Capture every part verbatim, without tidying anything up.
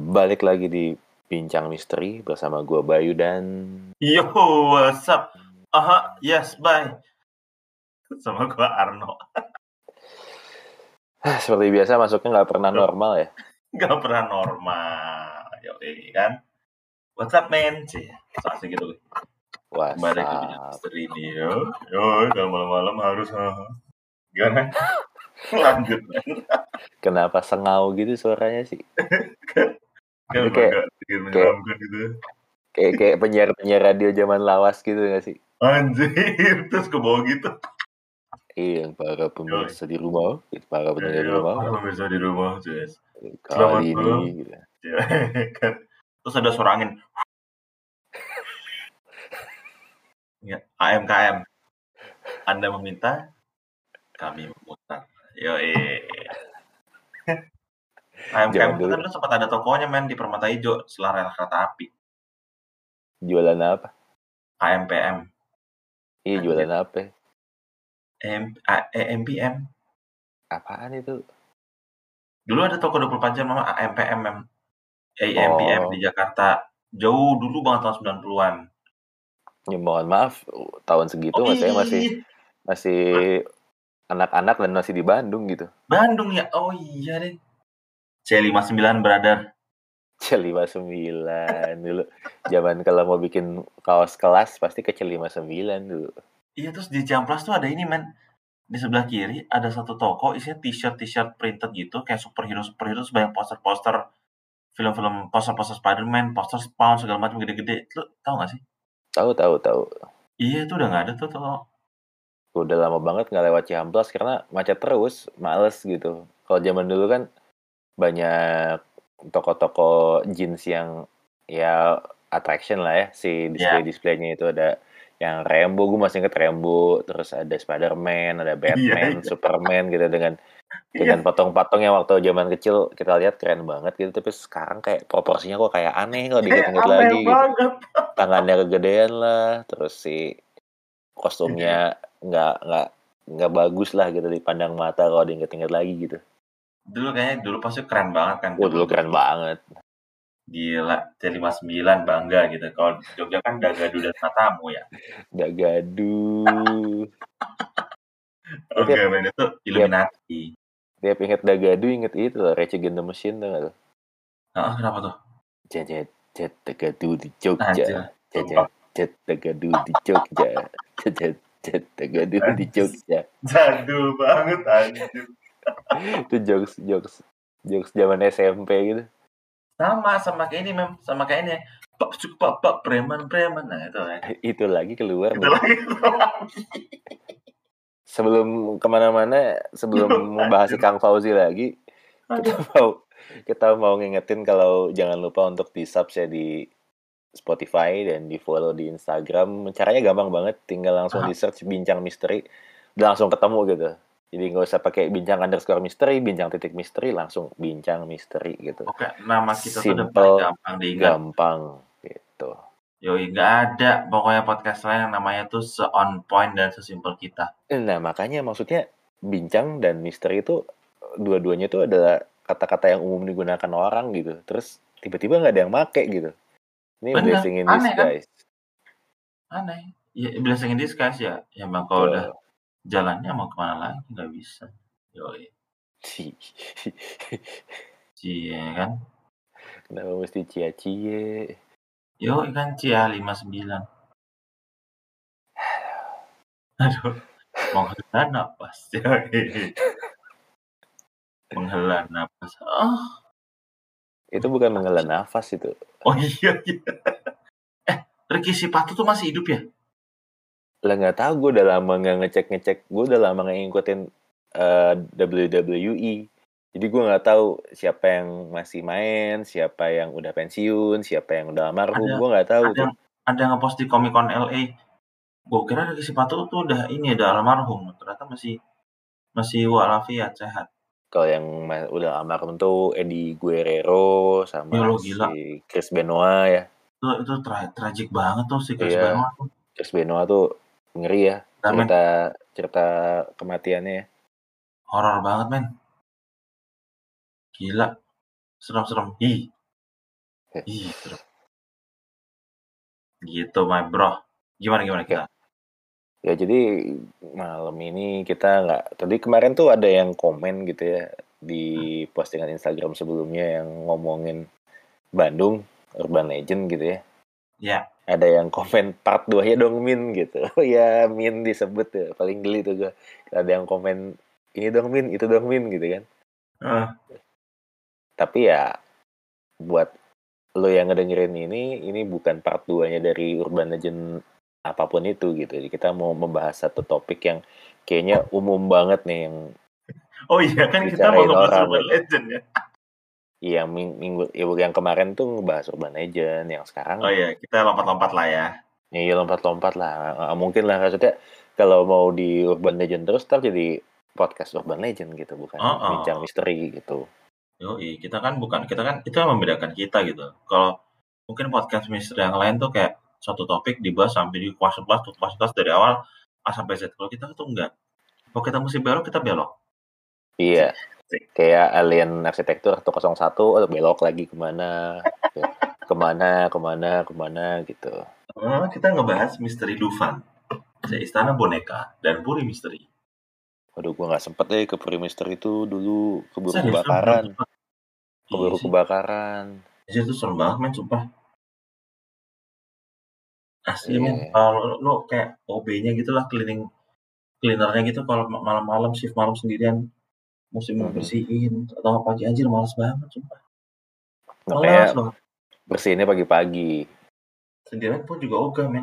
Balik lagi di Bincang Misteri bersama gua Bayu dan Yo, what's up? Aha, yes, bye. Sama gua Arno. seperti biasa masuknya nggak pernah normal ya. Gak pernah normal. Yo, ini kan. What's up, man? Cih, asik gitu. Kembali ke Bincang WhatsApp. Misteri ini, yo. Yo, kalau malam-malam harus, ha. Gimana? Lanjut, man. Kenapa sengau gitu suaranya sih? Kan Ini kayak agak sedikit menyeramkan gitu. kayak kayak penyiar-penyiar radio zaman lawas gitu nggak sih? Anjir, terus ke bawah gitu. Iya, yang para pemirsa di rumah, para pendengar di Yo, rumah. para pemirsa di rumah, guys. Selamat Kali ini, malam. gitu. Ya, kan. Terus ada suara angin. Ya, A M K M. Anda meminta, kami memutar. Yo, eh. A M K M Zaman itu dulu kan dulu sempat ada tokonya, men, di Permata Hijau, setelah rel kereta api. jualan apa? A M P M. Iya, Anjir. jualan apa? E M P M. Apaan itu? Dulu ada toko dua puluh empat jam nama A M P M, mem. A M P M Oh, di Jakarta. Jauh dulu banget tahun sembilan puluhan. ya mohon maaf, tahun segitu Oh saya masih iya, masih anak-anak dan masih di Bandung gitu. Bandung ya. Oh iya deh. C lima puluh sembilan, brother. C lima puluh sembilan dulu. Zaman kalau mau bikin kaos kelas pasti ke C lima puluh sembilan dulu. Iya, terus di Ciamplas tuh ada ini, men. Di sebelah kiri ada satu toko isinya t-shirt t-shirt printed gitu, kayak superhero superhero, banyak poster-poster film-film, poster-poster Spider-Man, poster Spawn segala macam gede-gede. Lu tahu gak sih? Tahu tahu tahu. Iya, itu udah nggak ada tuh tuh. Udah lama banget nggak lewat Ciamplas karena macet terus, males gitu. Kalau zaman dulu kan banyak toko-toko jeans yang ya attraction lah ya, si display-displaynya itu ada yang Rambo, gue masih inget Rambo, terus ada Spider-Man, ada Batman, Iya, iya. Superman gitu dengan Iya. dengan patung-patung yang waktu zaman kecil kita lihat keren banget gitu, tapi sekarang kayak proporsinya kok kayak aneh kalau diinget-inget Aneh lagi gitu. banget. Tangannya kegedean lah, terus si kostumnya nggak nggak nggak bagus lah gitu dipandang mata kalau diinget-inget lagi gitu. Dulu kayaknya dulu pasti keren banget kan. Oh, dulu keren banget. Gila, C lima puluh sembilan bangga gitu. Kalau Jogja kan Dagadu dan Matamu ya. Dagadu. Oke, okay, men, itu Illuminati. Tiap inget Dagadu inget itu loh, Rage Against the Machine tuh nggak tuh? Heeh, kenapa tuh? Jet jet Dagadu di Jogja. Jet jet Dagadu di Jogja. Jet jet Dagadu di Jogja. Jadul banget anjir. Itu jokes jokes jokes zaman S M P gitu. Sama sama kayak ini, mem, sama kayak ini. Pak cuk pak pak preman preman. Nah, itu kan. Itu lagi keluar. Itu lagi. Sebelum kemana-mana, sebelum membahas si Kang Fauzi lagi, kita mau kita mau ngingetin kalau jangan lupa untuk di subs ya di Spotify dan di follow di Instagram. Caranya gampang banget, tinggal langsung di search Bincang Misteri, udah langsung ketemu gitu. Jadi nggak usah pakai bincang underscore misteri, bincang titik misteri, langsung bincang misteri gitu. Oke, nama kita Simple, tuh udah gampang diingat. Gampang gitu. Yoi, nggak ada pokoknya podcast lain yang namanya tuh se-on point dan sesimpel kita. Nah, makanya maksudnya bincang dan misteri itu dua-duanya itu adalah kata-kata yang umum digunakan orang gitu. Terus tiba-tiba nggak ada yang make gitu. Ini Bener, blessing in disguise. Kan? Aneh. Ya, blessing in disguise ya. Ya bang, kalau udah jalannya mau kemana lagi nggak bisa. Yoi. Cie kan? Kenapa mesti cia-cie? Yoi kan Cia lima puluh sembilan. Aduh, menghela napas. Menghela napas. Oh. Itu bukan menghela nafas itu. Oh iya, iya. Eh, Ricky Sipatu tuh masih hidup ya? Lah nggak tahu, gue udah lama nggak ngecek-ngecek. Gue udah lama nggak ngikutin uh, W W E. Jadi gue nggak tahu siapa yang masih main, siapa yang udah pensiun, siapa yang udah almarhum. Gue nggak tahu ada, tuh. Ada yang ngepost di Comic Con L A. Gue kira Ricky Sipatu tuh udah ini, udah almarhum. Ternyata masih masih walafiat, sehat. Kalau yang udah almarhum tuh Eddie Guerrero sama ya, si Chris Benoit ya. Itu, itu tra- tragik banget tuh si Chris iya, Benoit tuh. Chris Benoit tuh ngeri ya cerita cerita kematiannya ya. Horor banget, men. Gila. Serem-serem. Hi. Gitu. Gitu, my bro. Gimana gimana Oke. kita? Ya jadi malam ini kita nggak, tadi kemarin tuh ada yang komen gitu ya di postingan Instagram sebelumnya yang ngomongin Bandung Urban Legend gitu ya. Ya. Ada yang komen part dua ya dong Min gitu. Ya Min disebut ya, paling geli tuh gue. Ada yang komen ini dong Min, itu dong Min gitu kan. Uh. Tapi ya buat lo yang ngedengerin ini, ini bukan part dua-nya dari Urban Legend apapun itu gitu. Jadi kita mau membahas satu topik yang kayaknya umum banget nih yang Oh iya kan kita mau dibicarain ngebahas orang Urban gitu. Legend ya. Iya, ming- minggu ya, yang kemarin tuh ngebahas Urban Legend, yang sekarang Oh iya, kita lompat-lompat lah ya. ya lompat-lompat lah. Nggak mungkin lah maksudnya kalau mau di Urban Legend terus ntar jadi podcast Urban Legend gitu, bukan Oh, bincang oh. misteri gitu. Yoi, kita kan bukan kita kan itu yang membedakan kita gitu. Kalau mungkin podcast misteri yang lain tuh kayak satu topik dibahas sampai di kuas kelas tuh kuas kelas dari awal A sampai Z. Kalau kita tuh enggak. Kalau kita mesti belok, kita belok. Iya, Cik. kayak Alien Arsitektur satu nol satu oh, belok lagi kemana, kemana, kemana, kemana gitu. Oh, kita ngebahas misteri Dufan, Istana Boneka, dan Puri Misteri. Waduh, gue nggak sempet deh ke Puri Misteri itu dulu, keburu Serius, lu belum kebakaran, sempat? Iya keburu sih. kebakaran. Jadi itu serem banget, men, sumpah. Asli, men. Iya. Kalau lu, lu kayak O B-nya gitu lah, cleaning cleanernya gitu, kalau ma- malam-malam, shift malam sendirian, mesti mau Mhm. bersihin, atau pagi anjir, males banget, sumpah. Makanya Males banget. bersihinnya pagi-pagi. Sendirian pun juga ogah, men.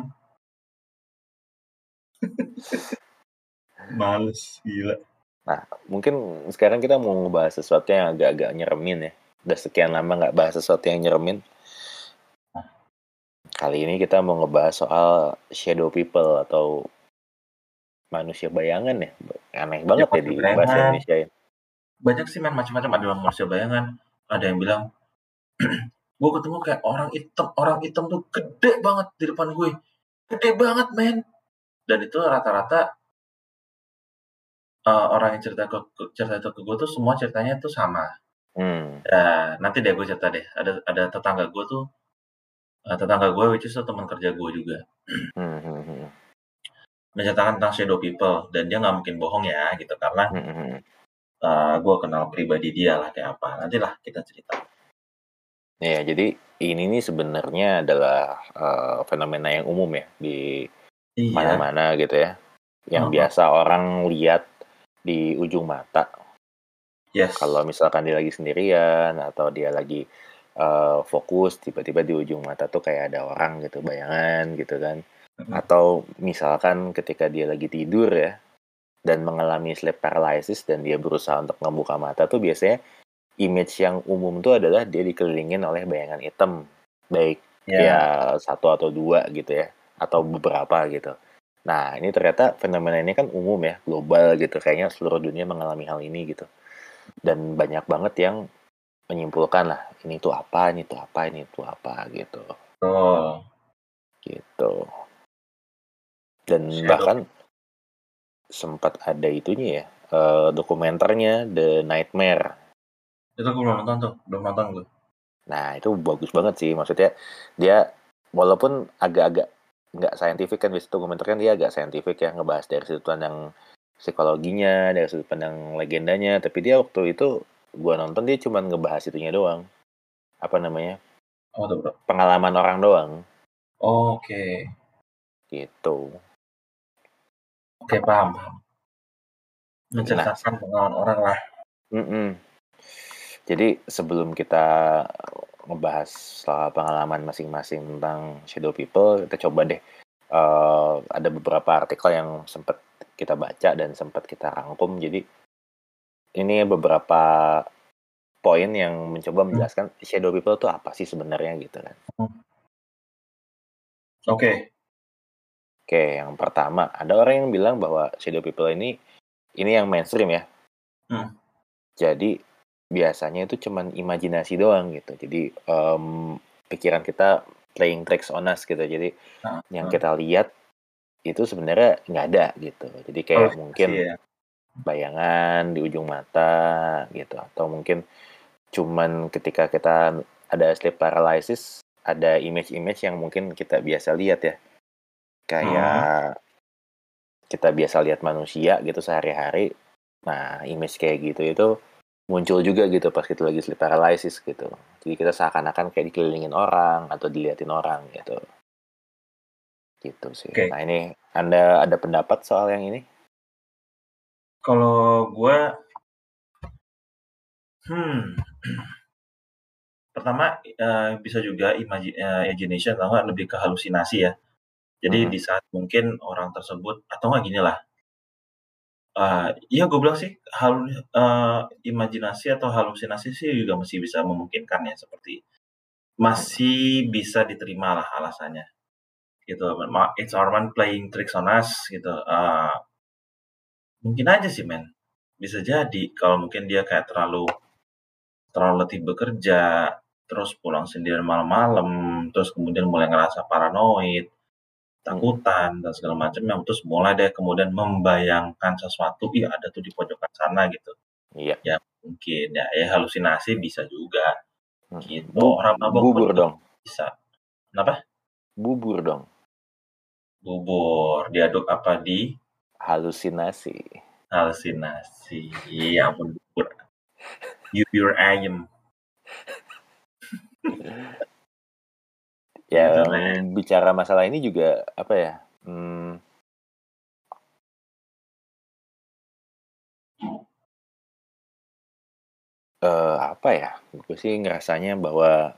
Males, gila. Nah, mungkin sekarang kita mau ngebahas sesuatu yang agak-agak nyeremin ya. Udah sekian lama nggak bahas sesuatu yang nyeremin. Kali ini kita mau ngebahas soal shadow people atau manusia bayangan ya. Aneh banget ya Manusia di bahasa bayangan. Indonesia ya. Banyak sih, men, macam-macam. Ada yang manusia bayangan. Ada yang bilang, gue ketemu kayak orang hitam. Orang hitam tuh gede banget di depan gue. Gede banget, men. Dan itu rata-rata uh, orang yang cerita ke cerita itu ke gue tuh semua ceritanya tuh sama. Hmm. Nah, nanti deh gue cerita deh. Ada ada tetangga gue tuh, uh, tetangga gue which is tuh teman kerja gue juga. Hmm, hmm, hmm. Menceritakan tentang shadow people dan dia nggak mungkin bohong ya gitu karena Hmm, hmm. uh, gue kenal pribadi dia lah kayak apa. Nantilah kita cerita. Ya, jadi ini nih sebenarnya adalah uh, fenomena yang umum ya di Iya. mana-mana gitu ya. Yang Oh, oh. biasa orang lihat di ujung mata. Yes. Kalau misalkan dia lagi sendirian atau dia lagi uh, fokus, tiba-tiba di ujung mata tuh kayak ada orang gitu, bayangan gitu kan. Atau misalkan ketika dia lagi tidur ya, dan mengalami sleep paralysis dan dia berusaha untuk membuka mata tuh biasanya image yang umum tuh adalah dia dikelilingin oleh bayangan hitam. Baik Ya. ya satu atau dua gitu ya, atau beberapa gitu. Nah, ini ternyata fenomena ini kan umum ya, global gitu. Kayaknya seluruh dunia mengalami hal ini gitu. Dan banyak banget yang menyimpulkan lah, ini tuh apa, ini tuh apa, ini tuh apa gitu. Oh. Gitu. Dan Shadow. bahkan sempat ada itunya ya, uh, dokumenternya The Nightmare. Itu gue belum nonton tuh, belum nonton gue. Nah, itu bagus banget sih. Maksudnya dia walaupun agak-agak nggak saintifik kan, bis dokumenter kan dia agak saintifik ya, ngebahas dari sudut pandang psikologinya, dari sudut pandang legendanya. Tapi dia waktu itu gua nonton dia cuma ngebahas itunya doang. Apa namanya? Oh, tuh, bro. Pengalaman orang doang. Oh, oke. Okay. Gitu. Oke, okay, paham, paham. Menceritakan Nah, pengalaman orang lah. mm-mm. Jadi sebelum kita ngebahas soal pengalaman masing-masing tentang shadow people, kita coba deh uh, ada beberapa artikel yang sempat kita baca dan sempat kita rangkum. Jadi ini beberapa poin yang mencoba menjelaskan shadow people itu apa sih sebenarnya gitu kan. Oke. Okay. Oke, yang pertama ada orang yang bilang bahwa shadow people ini ini yang mainstream ya. Hmm. Jadi biasanya itu cuman imajinasi doang gitu. Jadi um, pikiran kita playing tricks on us gitu. Jadi Nah, yang nah. kita lihat itu sebenarnya nggak ada gitu. Jadi kayak Oh, mungkin ya. bayangan di ujung mata gitu, atau mungkin cuman ketika kita ada sleep paralysis, ada image-image yang mungkin kita biasa lihat ya. Kayak kita biasa lihat manusia gitu sehari-hari. Nah, image kayak gitu itu muncul juga gitu pas kita lagi sleep paralysis gitu. Jadi kita seakan-akan kayak dikelilingin orang atau diliatin orang gitu. Gitu sih. Oke. Nah, ini Anda ada pendapat soal yang ini? Kalau gue, hmm, pertama uh, bisa juga imagi- uh, imagination atau nggak lebih ke halusinasi ya. Jadi Mm-hmm. di saat mungkin orang tersebut atau nggak gini lah. Uh, iya gue bilang sih hal uh, imajinasi atau halusinasi sih juga masih bisa memungkinkan ya, seperti masih bisa diterima lah alasannya gitu. It's our man playing tricks on us gitu. Uh, mungkin aja sih men, bisa jadi kalau mungkin dia kayak terlalu terlalu letih bekerja, terus pulang sendirian malam-malam, terus kemudian mulai ngerasa paranoid, takutan dan segala macamnya, terus mulai deh kemudian membayangkan sesuatu, ih ada tuh di pojokan sana gitu. Iya. Ya mungkin ya, ya halusinasi bisa juga gitu. Bu- Orang mabok pun bubur juga dong. bisa. Kenapa? Bubur dong. Bubur diaduk apa di Halusinasi. halusinasi. Iya ampun bubur. Bubur ayam. Ya, Gitu, yang men. bicara masalah ini juga apa ya? Hmm, eh, apa ya? Gue sih ngerasanya bahwa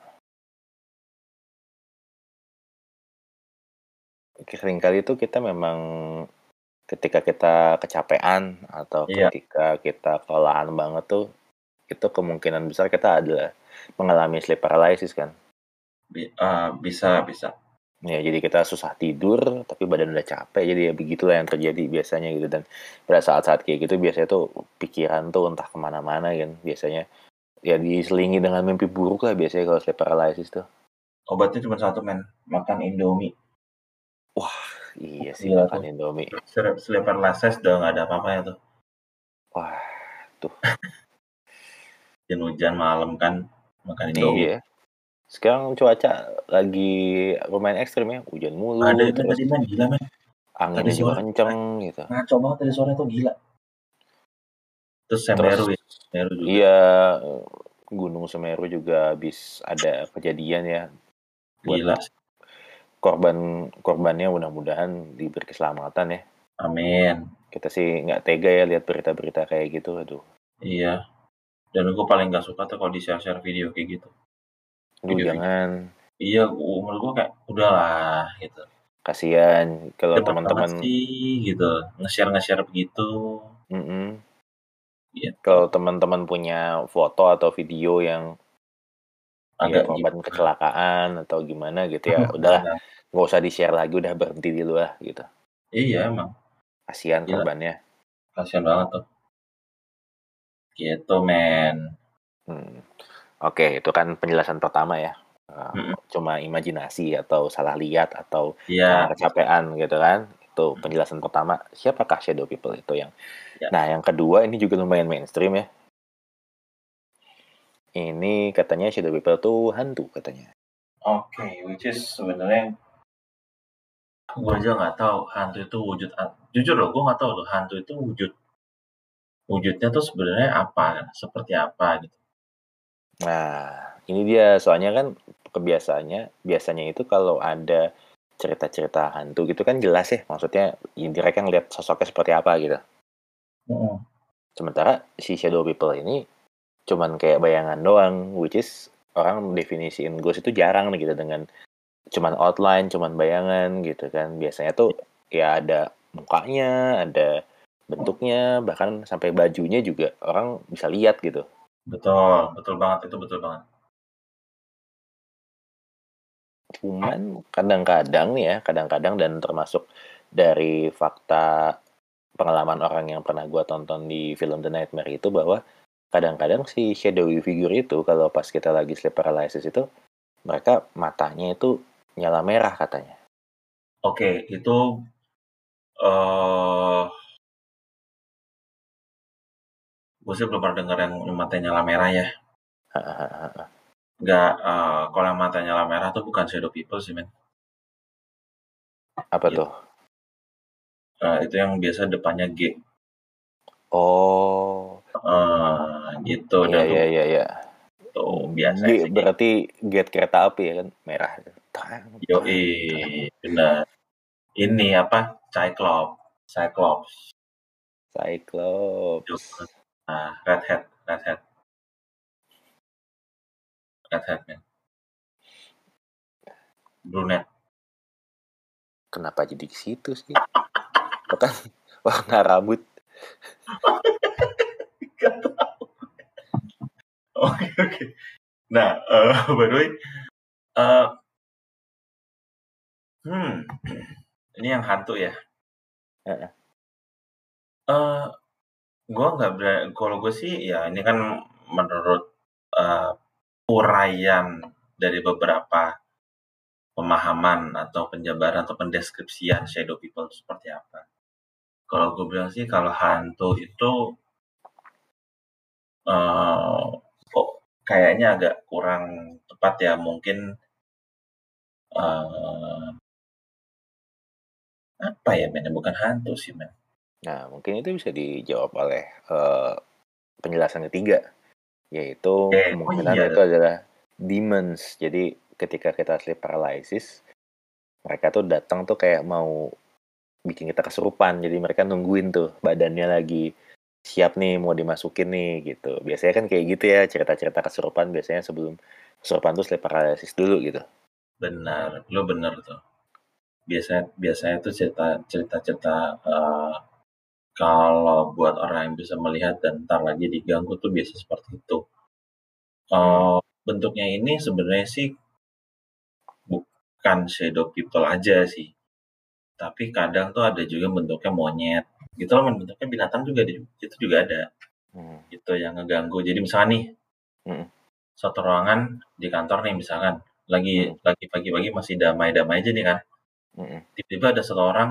seringkali itu kita memang ketika kita kecapean atau Iya, ketika kita kelelahan banget tuh, itu kemungkinan besar kita adalah mengalami sleep paralysis kan. bi- ah, bisa bisa. Ya, jadi kita susah tidur, tapi badan udah capek, jadi ya begitulah yang terjadi biasanya gitu. Dan pada saat-saat kayak gitu biasanya tuh pikiran tuh entah kemana-mana kan, biasanya ya diselingi dengan mimpi buruk lah biasanya kalau sleep paralysis tuh. Obatnya cuma satu men, makan Indomie. Wah, iya sih Gila makan tuh. Indomie. Sleep paralysis udah nggak ada apa-apanya tuh. Wah, tuh. Hujan-hujan malam kan makan Indomie. Iya. Sekarang cuaca lagi lumayan ekstrim ya, hujan Ada mulu, men terus tadi men, gila men. Tadi anginnya juga sore kenceng gitu. ngaco banget tadi sore tuh, gila. Terus Terus Semeru ya, Semeru juga. iya, Gunung Semeru juga habis ada kejadian ya, buat Gila. korban korbannya mudah-mudahan diberi keselamatan ya. Amin. Kita sih nggak tega ya lihat berita-berita kayak gitu, aduh. Iya. Dan gue paling gak suka tuh kalau di share-share video kayak gitu. Aduh Video-video. jangan, Iya, menurut gue kayak udahlah gitu. kasihan kalau Cepet banget teman-teman. sih gitu. Nge-share-nge-share begitu. Mm-mm. Gitu. Kalau teman-teman punya foto atau video yang ya Agak korban gimana. kecelakaan atau gimana gitu ya, udahlah Benar. nggak usah di-share lagi, udah berhenti dulu lah gitu. Iya emang. Kasihan Gila. korbannya. Kasian banget tuh. Gitu men. Hmm. Oke, itu kan penjelasan pertama ya. Uh, Mm-mm. cuma imajinasi atau salah lihat atau Iya. karena kecapean gitu kan. Itu penjelasan pertama, siapakah shadow people itu yang. Ya. Nah, yang kedua ini juga lumayan mainstream ya. Ini katanya shadow people tuh hantu katanya. Oke, okay, which is sebenarnya gue aja nggak tahu hantu itu wujud. Jujur loh, gue nggak tahu loh hantu itu wujud wujudnya tuh sebenarnya apa, seperti apa gitu. Nah, ini dia soalnya kan kebiasaannya biasanya itu kalau ada cerita-cerita hantu gitu kan jelas ya, maksudnya intinya kan lihat sosoknya seperti apa gitu. Mm-mm. Sementara si shadow people ini cuman kayak bayangan doang, which is orang definisiin ghost itu jarang nih gitu, dengan cuman outline, cuman bayangan gitu kan. Biasanya tuh ya ada mukanya, ada bentuknya, bahkan sampai bajunya juga orang bisa lihat gitu. Betul, betul banget, itu betul banget. Cuman kadang-kadang nih ya, kadang-kadang dan termasuk dari fakta pengalaman orang yang pernah gue tonton di film The Nightmare itu, bahwa kadang-kadang si shadowy figure itu kalau pas kita lagi sleep paralysis itu, mereka matanya itu nyala merah katanya. Oke, itu uh, gue sih belum pernah dengar yang matanya nyala merah ya. Nggak, uh, kalau yang matanya nyala merah tuh bukan shadow people sih, men. Apa Gitu. tuh? Uh, itu yang biasa depannya G. Oh. Uh, gitu. Iya, Dan iya, tuh iya, iya. tuh G biasanya sih kayak berarti gate kereta api ya kan, merah. Terang, yoi, terang, terang. benar. Ini apa? Cyclops. Cyclops. Cyclops. Nah, red hat, red hat, red hat, men. Brunette. Kenapa jadi ke situ sih? Bahkan warna rambut. Oke, oke. Nah, uh, by the way, uh, hmm, ini yang hantu ya. Heeh. Uh, gue nggak berani. Kalau gue sih, ya ini kan menurut uh, uraian dari beberapa pemahaman atau penjabaran atau pendeskripsian shadow people itu seperti apa. Kalau gue bilang sih, kalau hantu itu uh, kok kayaknya agak kurang tepat ya. Mungkin uh, apa ya, men? Bukan hantu sih, men. Nah, mungkin itu bisa dijawab oleh uh, penjelasan ketiga, yaitu Eh, oh kemungkinan iya, itu adalah demons. Jadi ketika kita sleep paralysis, mereka tuh datang tuh kayak mau bikin kita kesurupan. Jadi mereka nungguin tuh badannya lagi siap nih mau dimasukin nih gitu. Biasanya kan kayak gitu ya cerita-cerita kesurupan, biasanya sebelum kesurupan tuh sleep paralysis dulu gitu. benar. Lo benar tuh. Biasanya biasanya tuh cerita cerita cerita uh, kalau buat orang yang bisa melihat dan ntar lagi diganggu tuh biasa seperti itu. Hmm. Uh, bentuknya ini sebenarnya sih bukan shadow people aja sih. Tapi kadang tuh ada juga bentuknya monyet. Gitu loh, men. Bentuknya binatang juga di, itu juga ada. Hmm. Gitu yang ngeganggu. Jadi misalnya nih, Hmm. suatu ruangan di kantor nih misalkan lagi Hmm. lagi pagi-pagi masih damai-damai aja nih kan. Hmm. Tiba-tiba ada seseorang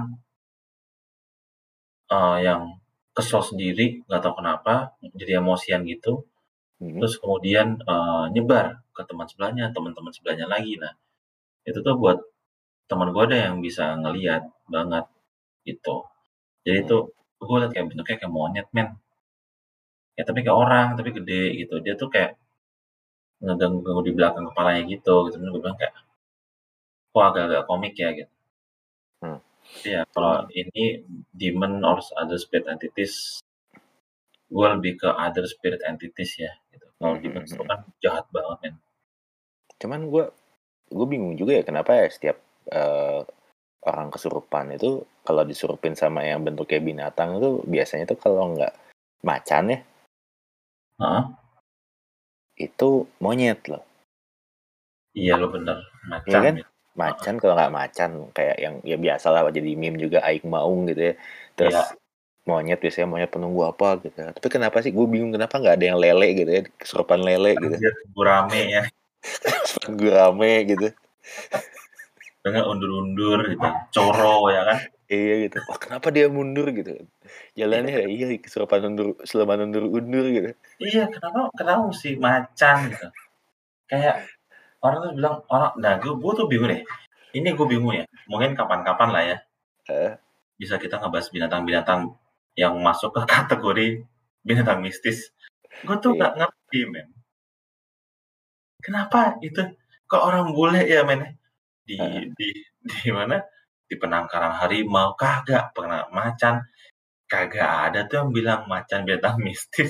uh, yang kesel sendiri, nggak tahu kenapa, jadi emosian gitu. Hmm. Terus kemudian uh, nyebar ke teman sebelahnya, teman-teman sebelahnya lagi. Nah, itu tuh buat teman gue ada yang bisa ngeliat banget gitu. Jadi Hmm. tuh gue liat kayak bentuknya kayak monyet, men. Ya tapi kayak orang, tapi gede gitu. Dia tuh kayak ngeganggu di belakang kepalanya gitu. Gitu. Gue bilang kayak, kok agak-agak komik ya gitu. Hmm. Tapi ya kalau ini demon or other spirit entities, gue lebih ke other spirit entities ya. Gitu. Kalau Hmm. demon itu Hmm. kan jahat banget, men. Cuman gue gue bingung juga ya kenapa ya setiap uh, orang kesurupan itu kalau disurupin sama yang bentuknya binatang itu biasanya tuh kalau nggak macan ya Hah? itu monyet loh. Iya lo bener, Iya macan kan? gitu. Heeh. Macan kalau nggak macan kayak yang ya biasa lah jadi meme juga aing maung gitu ya. Terus Iya, monyet biasanya monyet penunggu apa gitu. Tapi kenapa sih gue bingung kenapa nggak ada yang lele gitu ya, kesurupan lele gitu. anjir gurame ya, Kesurupan gue rame gitu. dengan undur-undur gitu, coro ya kan? Iya gitu. Wah kenapa dia mundur gitu. Iya, Jalannya ya iya kesurupan undur, seleman undur-undur gitu. iya kenapa kenapa mesti macan gitu? Kayak orang tuh bilang orang, nah gue, gue tuh bingung deh. Ini gue bingung ya. Mungkin kapan-kapan lah ya Eh, bisa kita ngebahas binatang-binatang yang masuk ke kategori binatang mistis. Gue tuh iya. nggak ngerti, men. Kenapa itu kok orang bule ya, men? Di Eh, di di mana? Di penangkaran harimau kagak, pernah macan kagak ada tuh yang bilang macan binatang mistis.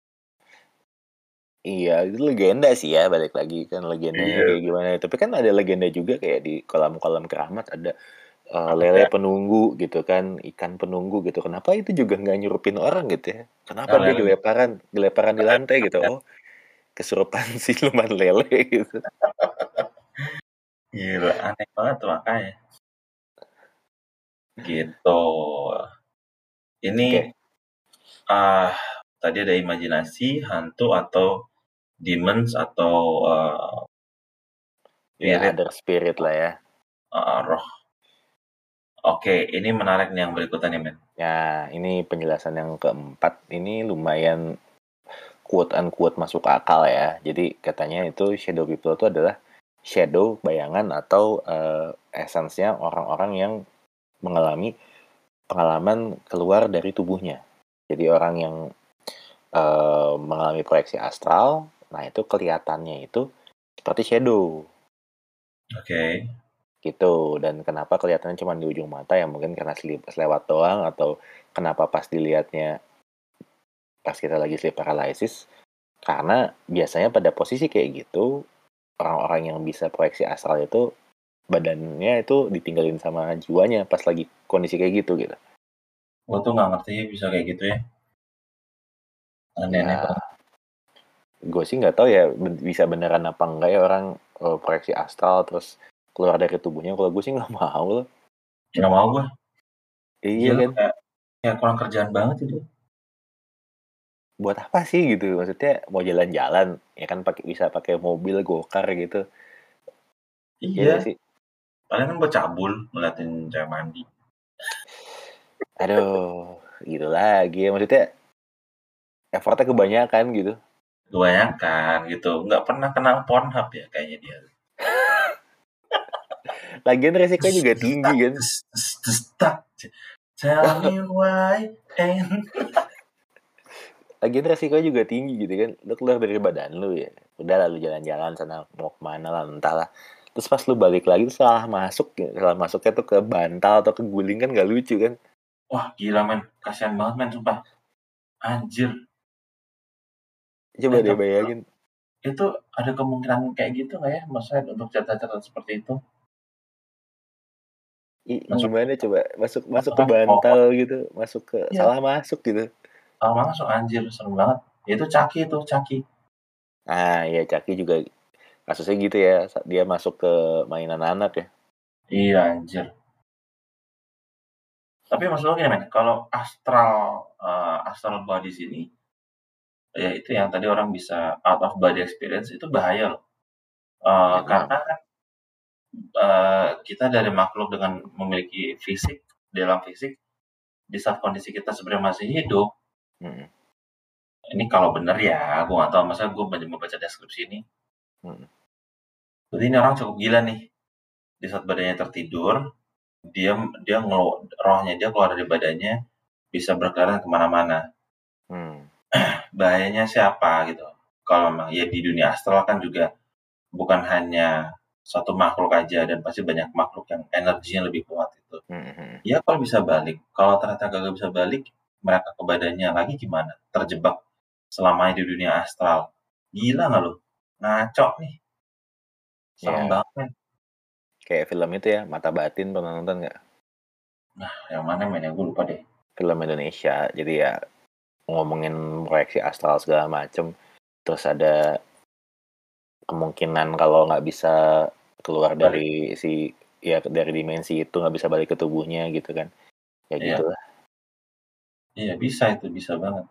Iya, itu legenda sih ya, balik lagi kan legendanya Iya, kayak gimana. Tapi kan ada legenda juga kayak di kolam-kolam keramat ada uh, apa tuh lele ya? penunggu gitu kan, ikan penunggu gitu. Kenapa itu juga nggak nyurupin orang gitu ya? Kenapa Nah, dia lele nih. geleparan, geleparan di lantai gitu? Oh, kesurupan siluman lele gitu. Gila, aneh banget tuh makanya. Gitu. Ini Oke, ah tadi ada imajinasi, hantu atau demons atau uh, ya spirit, other spirit lah ya. uh, roh. Oke, ini menarik nih yang berikutnya nih, men. Ya, ini penjelasan yang keempat ini lumayan quote unquote masuk akal ya. Jadi katanya itu shadow people itu adalah shadow, bayangan atau uh, esensinya orang-orang yang mengalami pengalaman keluar dari tubuhnya. Jadi orang yang uh, mengalami proyeksi astral, nah itu kelihatannya itu seperti shadow. Oke. Okay. Gitu. Dan kenapa kelihatannya cuma di ujung mata ya mungkin karena selewat doang, atau kenapa pas dilihatnya pas kita lagi sleep paralysis, karena biasanya pada posisi kayak gitu orang-orang yang bisa proyeksi astral itu badannya itu ditinggalin sama jiwanya pas lagi kondisi kayak gitu gitu. Gue tuh nggak ngerti bisa kayak gitu ya. Aneh-aneh Ya, banget. gue sih nggak tahu ya bisa beneran apa enggak ya orang uh, proyeksi astral terus keluar dari tubuhnya. Kalau gue sih nggak mau loh. Nggak mau gue. Iya kan. Kayak, kayak kurang kerjaan banget itu. Buat apa sih gitu? Maksudnya mau jalan-jalan ya kan pakai bisa pakai mobil gokar gitu. Iya. Ya sih. Paling kan gue cabul ngeliatin cewek mandi. Aduh, gitu lagi ya. Maksudnya effortnya kebanyakan gitu. Kebanyakan gitu. Nggak pernah kenal Pornhub ya kayaknya dia. Lagian resikonya juga tinggi kan. Tell me why and Lagian resikonya juga tinggi gitu kan. Lu keluar dari badan lu ya. Udah lalu jalan-jalan sana mau kemana lah entahlah. Terus pas lu balik lagi tuh salah masuk. Salah masuknya tuh ke bantal atau ke guling kan gak lucu kan. wah gila men. Kasian banget men sumpah. Anjir. Coba Eh, deh tapi bayangin. itu ada kemungkinan kayak gitu nggak ya? Maksudnya untuk catatan-catatan seperti itu? I, Masuk gimana coba masuk masuk ke masuk bantal pohon. gitu. Masuk ke Iya. salah masuk gitu. Salah masuk anjir. Serem banget. Itu Caki itu. Caki. Ah ya Caki juga kasusnya gitu ya. Dia masuk ke mainan anak ya. Iya anjir. Tapi maksud lo gini men. Kalau astral uh, astral body sini, ya itu yang tadi orang bisa out of body experience itu bahaya loh. Uh, Emang. karena kan uh, kita dari makhluk dengan memiliki fisik, dalam fisik, di saat kondisi kita sebenarnya masih hidup, Hmm. ini kalau bener ya, gue gak tau, masa gue membaca deskripsi ini. Hmm. Jadi ini orang cukup gila nih. Di saat badannya tertidur, dia dia ngelo, rohnya dia keluar dari badannya, bisa berkeliaran kemana-mana. Hmm. Bahayanya siapa gitu? Kalau memang ya di dunia astral kan juga bukan hanya satu makhluk aja dan pasti banyak makhluk yang energinya lebih kuat itu. Hmm. Ya kalau bisa balik, kalau ternyata gagal bisa balik, mereka ke badannya lagi gimana? Terjebak selamanya di dunia astral. Gila nggak lo? Ngaco nih. Serem Ya banget. kayak film itu ya Mata Batin, pernah nonton nggak? Nah, yang mana men? Gue lupa deh. Film Indonesia. Jadi ya ngomongin proyeksi astral segala macem. Terus ada kemungkinan kalau nggak bisa keluar Balik. dari si ya dari dimensi itu nggak bisa balik ke tubuhnya gitu kan. Ya Iya. gitulah. Iya bisa itu, bisa banget.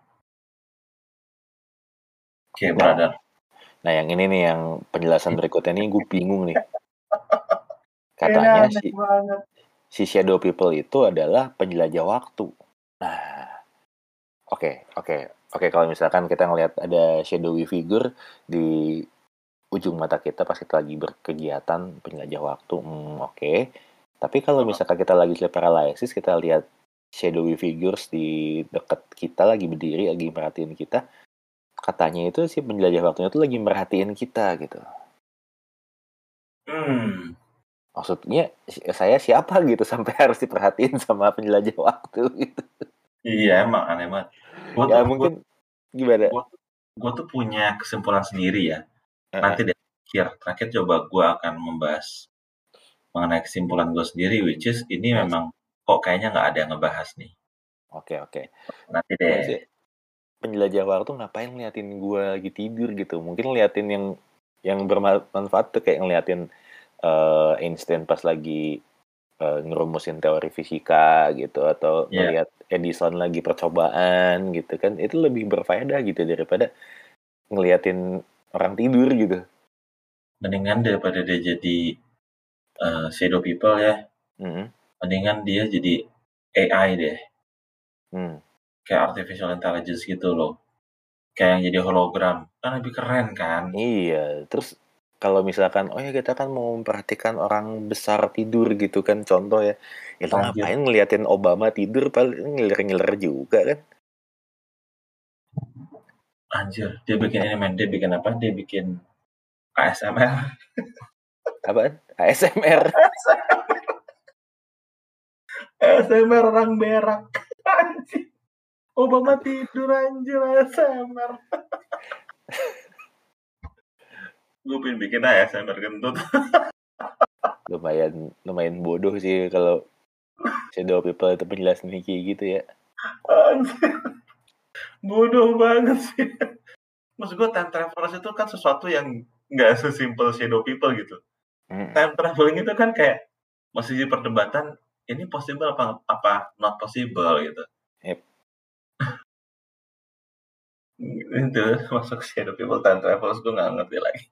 Oke, Nah, brother. nah yang ini nih yang penjelasan berikutnya nih gue bingung nih. Ini Katanya aneh si banget. si shadow people itu adalah penjelajah waktu. Nah, oke, oke, oke. Kalau misalkan kita ngelihat ada shadowy figure di ujung mata kita pas kita lagi berkegiatan penjelajah waktu, hmm, oke. Tapi kalau misalkan kita lagi sleep paralysis, kita lihat shadowy figures di dekat kita lagi berdiri, lagi merhatiin kita, katanya itu si penjelajah waktunya tuh lagi merhatiin kita gitu. Hmm. Maksudnya saya siapa gitu sampai harus diperhatiin sama penjelajah waktu gitu. Iya emang aneh banget. Gue Ya tuh, gue, mungkin gimana? gue, gue tuh punya kesimpulan sendiri ya. Uh-uh. Nanti deh, terakhir, terakhir coba gue akan membahas mengenai kesimpulan gue sendiri, which is ini Yes. memang kok kayaknya nggak ada yang ngebahas nih. Oke, oke. Nanti deh. Maksudnya penjelajah waktu ngapain ngeliatin gue lagi tidur gitu? Mungkin ngeliatin yang yang bermanfaat tuh kayak ngeliatin uh, Einstein pas lagi uh, ngerumusin teori fisika gitu, atau Iya. ngeliat Edison lagi percobaan gitu kan, itu lebih berfaedah gitu daripada ngeliatin orang tidur gitu. Mendingan daripada dia jadi uh, shadow people ya, Mm-hmm. mendingan dia jadi A I deh, Hmm. kayak artificial intelligence gitu loh. kayak yang jadi hologram kan lebih keren kan. Iya, terus kalau misalkan oh ya kita kan mau memperhatikan orang besar tidur gitu kan contoh ya, ya lo Anjir. ngapain ngeliatin Obama tidur paling ngiler-ngiler juga kan. Anjir, dia bikin ini men, dia bikin apa? Dia bikin A S M R. Apaan? A S M R. A S M R orang berak. Anjir. Obama tidur anjir A S M R. Gue pengen bikin A S M R kentut. lumayan lumayan bodoh sih kalau shadow people itu penjelasan kayak gitu ya. Anjir. Bodoh banget sih. Maksud gue time travelers itu kan sesuatu yang nggak sesimpel shadow people gitu. Hmm. Time traveling itu kan kayak masih di perdebatan ini possible apa apa not possible gitu. Yep. Itu masuk shadow people time travelers gue nggak ngerti lagi.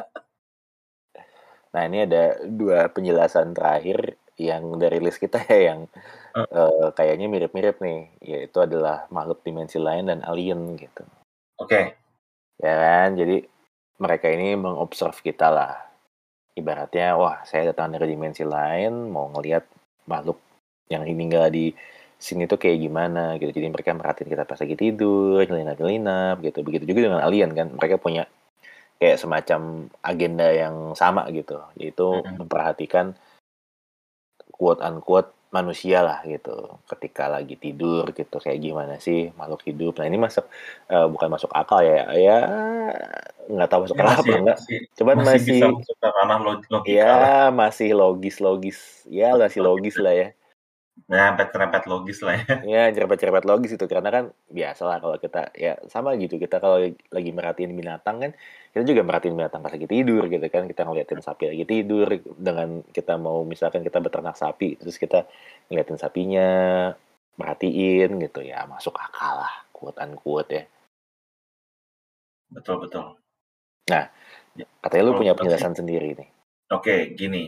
Nah ini ada dua penjelasan terakhir yang dari list kita ya yang uh. Uh, kayaknya mirip-mirip nih, yaitu adalah makhluk dimensi lain dan alien gitu. Oke. Okay. Ya kan, jadi mereka ini mengobserv kita lah. Ibaratnya, wah saya datang dari dimensi lain, mau ngelihat makhluk yang tinggal di sini tuh kayak gimana gitu. Jadi mereka merhatiin kita pas lagi tidur, nyelinap-nyelinap gitu. Begitu juga dengan alien kan, mereka punya kayak semacam agenda yang sama gitu, yaitu mm-hmm. memperhatikan quote-unquote manusia lah gitu, ketika lagi tidur gitu, kayak gimana sih makhluk hidup. Nah ini masuk, uh, bukan masuk akal ya, ya nggak tahu masuk ya, akal apa enggak, cuman masih, masih bisa masuk ke ranah logika ya lah. masih logis-logis, ya masih logis lah ya. Nyerempet-nyerempet logis lah ya. Ya, nyerempet-nyerempet logis itu, karena kan biasalah kalau kita, ya sama gitu, kita kalau lagi merhatiin binatang kan, kita juga merhatiin binatang pas lagi tidur gitu kan, kita ngeliatin sapi lagi tidur, dengan kita mau misalkan kita beternak sapi, terus kita ngeliatin sapinya, merhatiin gitu, ya masuk akal lah, quote-unquote ya. Betul-betul. Nah, katanya lu punya penjelasan sendiri nih. Oke, okay, gini.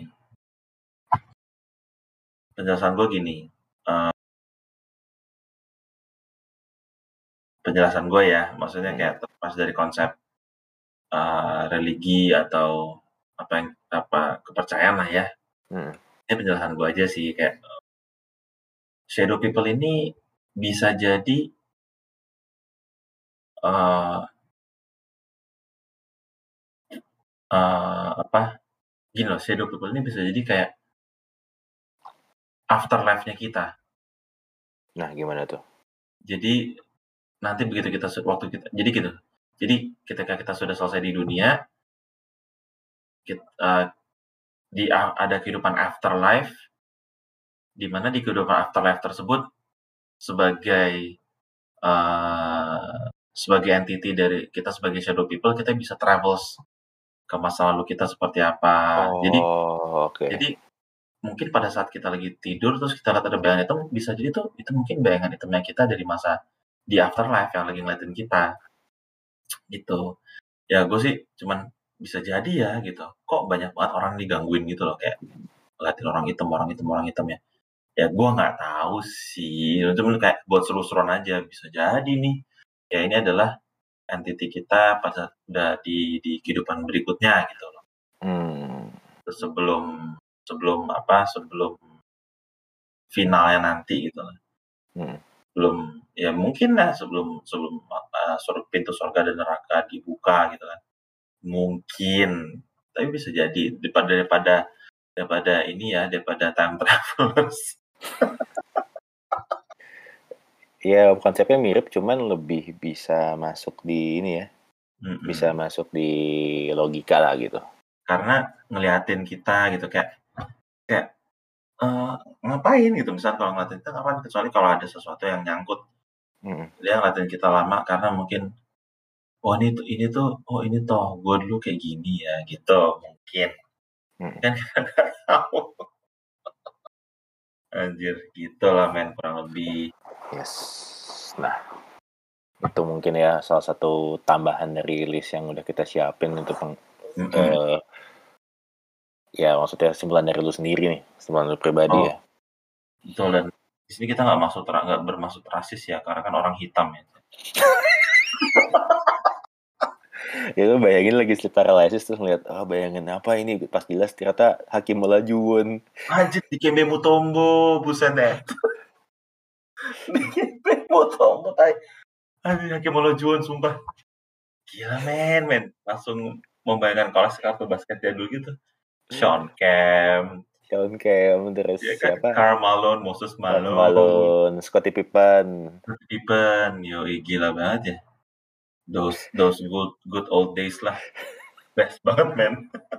Penjelasan gue gini. Uh, penjelasan gue ya, maksudnya kayak terlepas dari konsep uh, religi atau apa yang apa kepercayaan lah ya. Hmm. Ini penjelasan gue aja sih, kayak shadow people ini bisa jadi uh, uh, apa? Gini loh, shadow people ini bisa jadi kayak afterlife-nya kita. Nah, gimana tuh? Jadi nanti begitu kita waktu kita jadi gitu. Jadi ketika kita sudah selesai di dunia, kita, uh, di uh, ada kehidupan afterlife, di mana di kehidupan afterlife tersebut sebagai uh, sebagai entity dari kita sebagai shadow people, kita bisa travels ke masa lalu kita seperti apa. Oh, jadi okay. jadi mungkin pada saat kita lagi tidur terus kita lihat ada bayangan hitam, bisa jadi tuh itu mungkin bayangan hitamnya kita dari masa di afterlife yang lagi ngeliatin kita gitu. Ya gue sih cuman bisa jadi ya gitu, kok banyak banget orang digangguin gitu loh, kayak ngeliatin orang hitam orang hitam orang hitam ya. Ya gue nggak tahu sih, cuman kayak buat seru-seruan aja, bisa jadi nih ya ini adalah entity kita pada udah di di kehidupan berikutnya gitu loh. Hmm. Terus sebelum sebelum apa sebelum finalnya nanti gitu loh. Hmm. Belum ya mungkin lah sebelum sebelum uh, pintu surga dan neraka dibuka gitu kan. Mungkin, tapi bisa jadi daripada daripada daripada ini ya, daripada time travelers. Ya konsepnya mirip, cuman lebih bisa masuk di ini ya, mm-hmm. bisa masuk di logika lah gitu. Karena ngeliatin kita gitu kayak kayak uh, ngapain gitu, misalnya kalau ngeliatin kita ngapain, kecuali kalau ada sesuatu yang nyangkut. Mm-hmm. Dia ngeliatin kita lama karena mungkin oh ini tuh ini tuh oh ini toh gue dulu kayak gini ya gitu mungkin. Mm-hmm. Kan nggak tahu. Anjir, gitu lah men, kurang lebih. Yes. Nah, itu mungkin ya salah satu tambahan dari list yang udah kita siapin untuk peng, mm-hmm. uh, ya maksudnya kesimpulan dari lu sendiri nih, kesimpulan lu pribadi oh. ya. Betul, dan di sini kita nggak maksud nggak bermaksud rasis ya, karena kan orang hitam ya. Ya lu bayangin lagi sleep paralysis terus ngeliat, ah oh, bayangin apa ini, pas jelas ternyata Hakim Olajuwon. Anjir, Dikembe Mutombo, buset deh. Dikembe Mutombo, tay. Aduh, Hakim Olajuwon, sumpah. Gila, men, men. Langsung membayangkan koleksi kartu basket jadul gitu. Sean Kemp. Sean Kemp, terus Ya kan? siapa? Karl Malone, Moses Karl Malone. Malone, Scottie Pippen. Scottie Pippen, yoi, gila banget ya. Those those good good old days lah. Best banget, men.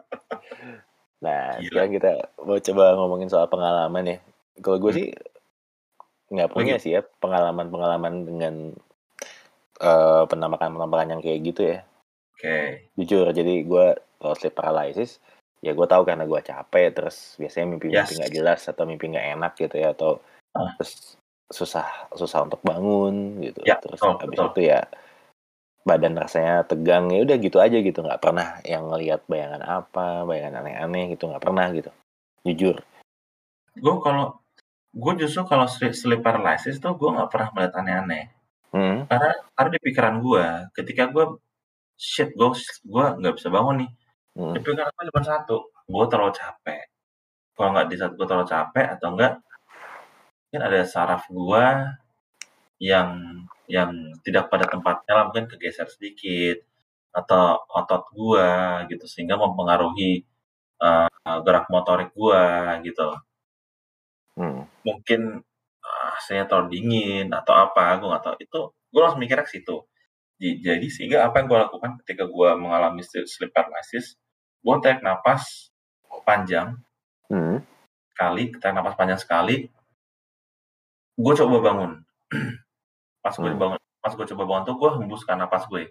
Nah, Gila. sekarang kita mau coba ngomongin soal pengalaman ya. Kalau gue hmm. sih nggak punya Lagi. sih ya pengalaman-pengalaman dengan uh, penampakan-penampakan yang kayak gitu ya. Oke. Okay. Jujur, jadi gue kalau sleep paralysis, ya gue tahu karena gue capek, terus biasanya mimpi-mimpi nggak yes. jelas atau mimpi nggak enak gitu ya, atau uh. terus susah susah untuk bangun gitu. Ya, terus betul, habis betul. itu ya badan rasanya tegang, ya udah gitu aja gitu, nggak pernah yang ngelihat bayangan apa, bayangan aneh-aneh gitu, nggak pernah gitu, jujur. Gue kalau gue justru kalau sleep paralysis tuh gue nggak pernah melihat aneh-aneh, hmm. karena karena di pikiran gue ketika gue shit gue gue nggak bisa bangun nih, hmm. di pikiran gue cuma satu, gue terlalu capek. Kalau nggak di saat gue terlalu capek atau enggak, mungkin ada saraf gue yang yang tidak pada tempatnya, mungkin kegeser sedikit atau otot gua gitu sehingga mempengaruhi uh, gerak motorik gua gitu. Hmm. Mungkin uh, saya terlalu dingin atau apa, gua nggak tahu. Itu gua langsung mikirnya ke situ. Jadi sehingga apa yang gua lakukan ketika gua mengalami sleep paralysis, gua tarik napas panjang hmm. sekali, tarik napas panjang sekali, gua coba bangun. Pas gue hmm. bangun, pas gue coba bangun tuh gue hembuskan napas gue.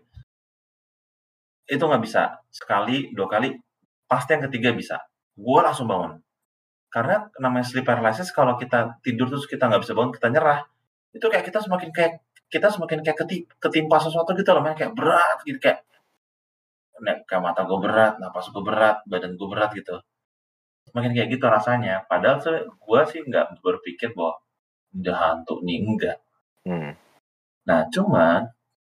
Itu nggak bisa sekali, dua kali, pasti yang ketiga bisa. Gue langsung bangun. Karena namanya sleep paralysis, kalau kita tidur terus kita nggak bisa bangun, kita nyerah. Itu kayak kita semakin kayak kita semakin kayak ketimpa sesuatu gitu loh, kayak berat gitu, kayak kayak mata gue berat, napas gue berat, badan gue berat gitu. Semakin kayak gitu rasanya. Padahal gue sih nggak berpikir bahwa udah hantu nih, enggak. Hmm. Nah, cuman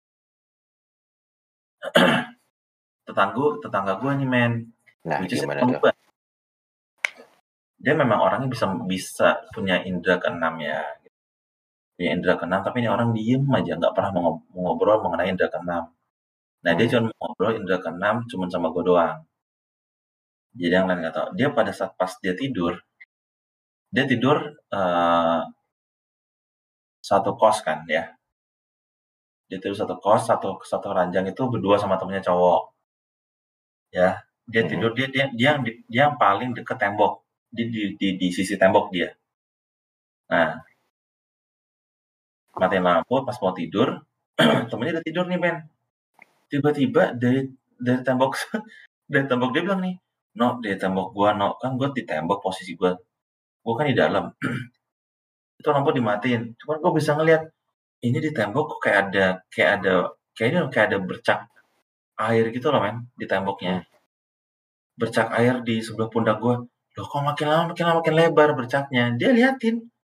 tetangga tetangga gue nih, men. Nah, gimana tuh? Dia memang orangnya bisa bisa punya indera keenam ya. Punya indera keenam, tapi ini orang diem aja, nggak pernah mau ngobrol mengenai indera keenam. Nah, hmm. dia cuma ngobrol indera keenam cuma sama gue doang. Jadi yang lain nggak tahu. Dia pada saat pas dia tidur, dia tidur uh, satu kos kan ya. Dia tidur satu kos, satu satu ranjang itu berdua sama temennya cowok. Ya, dia hmm. tidur dia dia dia yang dia yang paling deket tembok. Di di di, di sisi tembok dia. Nah, matiin lampu pas mau tidur, temennya udah tidur nih, men. Tiba-tiba dari dari tembok dari tembok dia bilang nih, no, dari tembok gua, no, kan gua di tembok posisi gua, gua kan di dalam. Itu lampu dimatiin, cuman gua bisa ngeliat ini di tembok kok kayak ada kayak ada kayaknya kayak ada bercak air gitu loh, men, di temboknya. Hmm. Bercak air di sebelah pundak gua. Loh, kok makin lama makin lama makin lebar bercaknya. Dia liatin.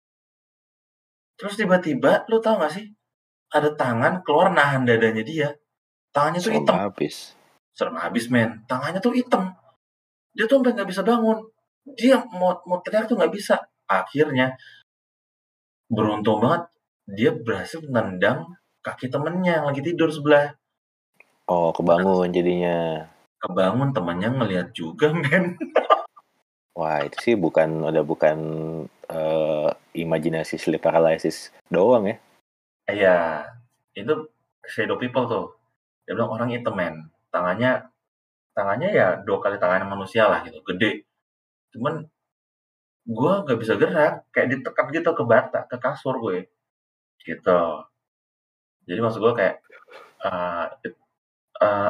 Terus tiba-tiba, lu tau gak sih? Ada tangan keluar nahan dadanya dia. Tangannya tuh hitam. Serem habis. Serem habis, men. Tangannya tuh hitam. Dia tuh sampai gak bisa bangun. Dia mau, mau teriak tuh gak bisa. Akhirnya, beruntung banget, dia berhasil nendang kaki temennya yang lagi tidur sebelah. Oh, kebangun jadinya. Kebangun, temannya ngelihat juga, men. Wah, itu sih bukan, udah bukan uh, imajinasi sleep paralysis doang ya. Iya, itu shadow people tuh. Dia bilang orang hitam, men. Tangannya, tangannya ya dua kali tangan manusia lah gitu, gede. Cuman, gue gak bisa gerak, kayak ditekan gitu ke bata, ke kasur gue. Gitu. Jadi maksud gue kayak, uh, uh,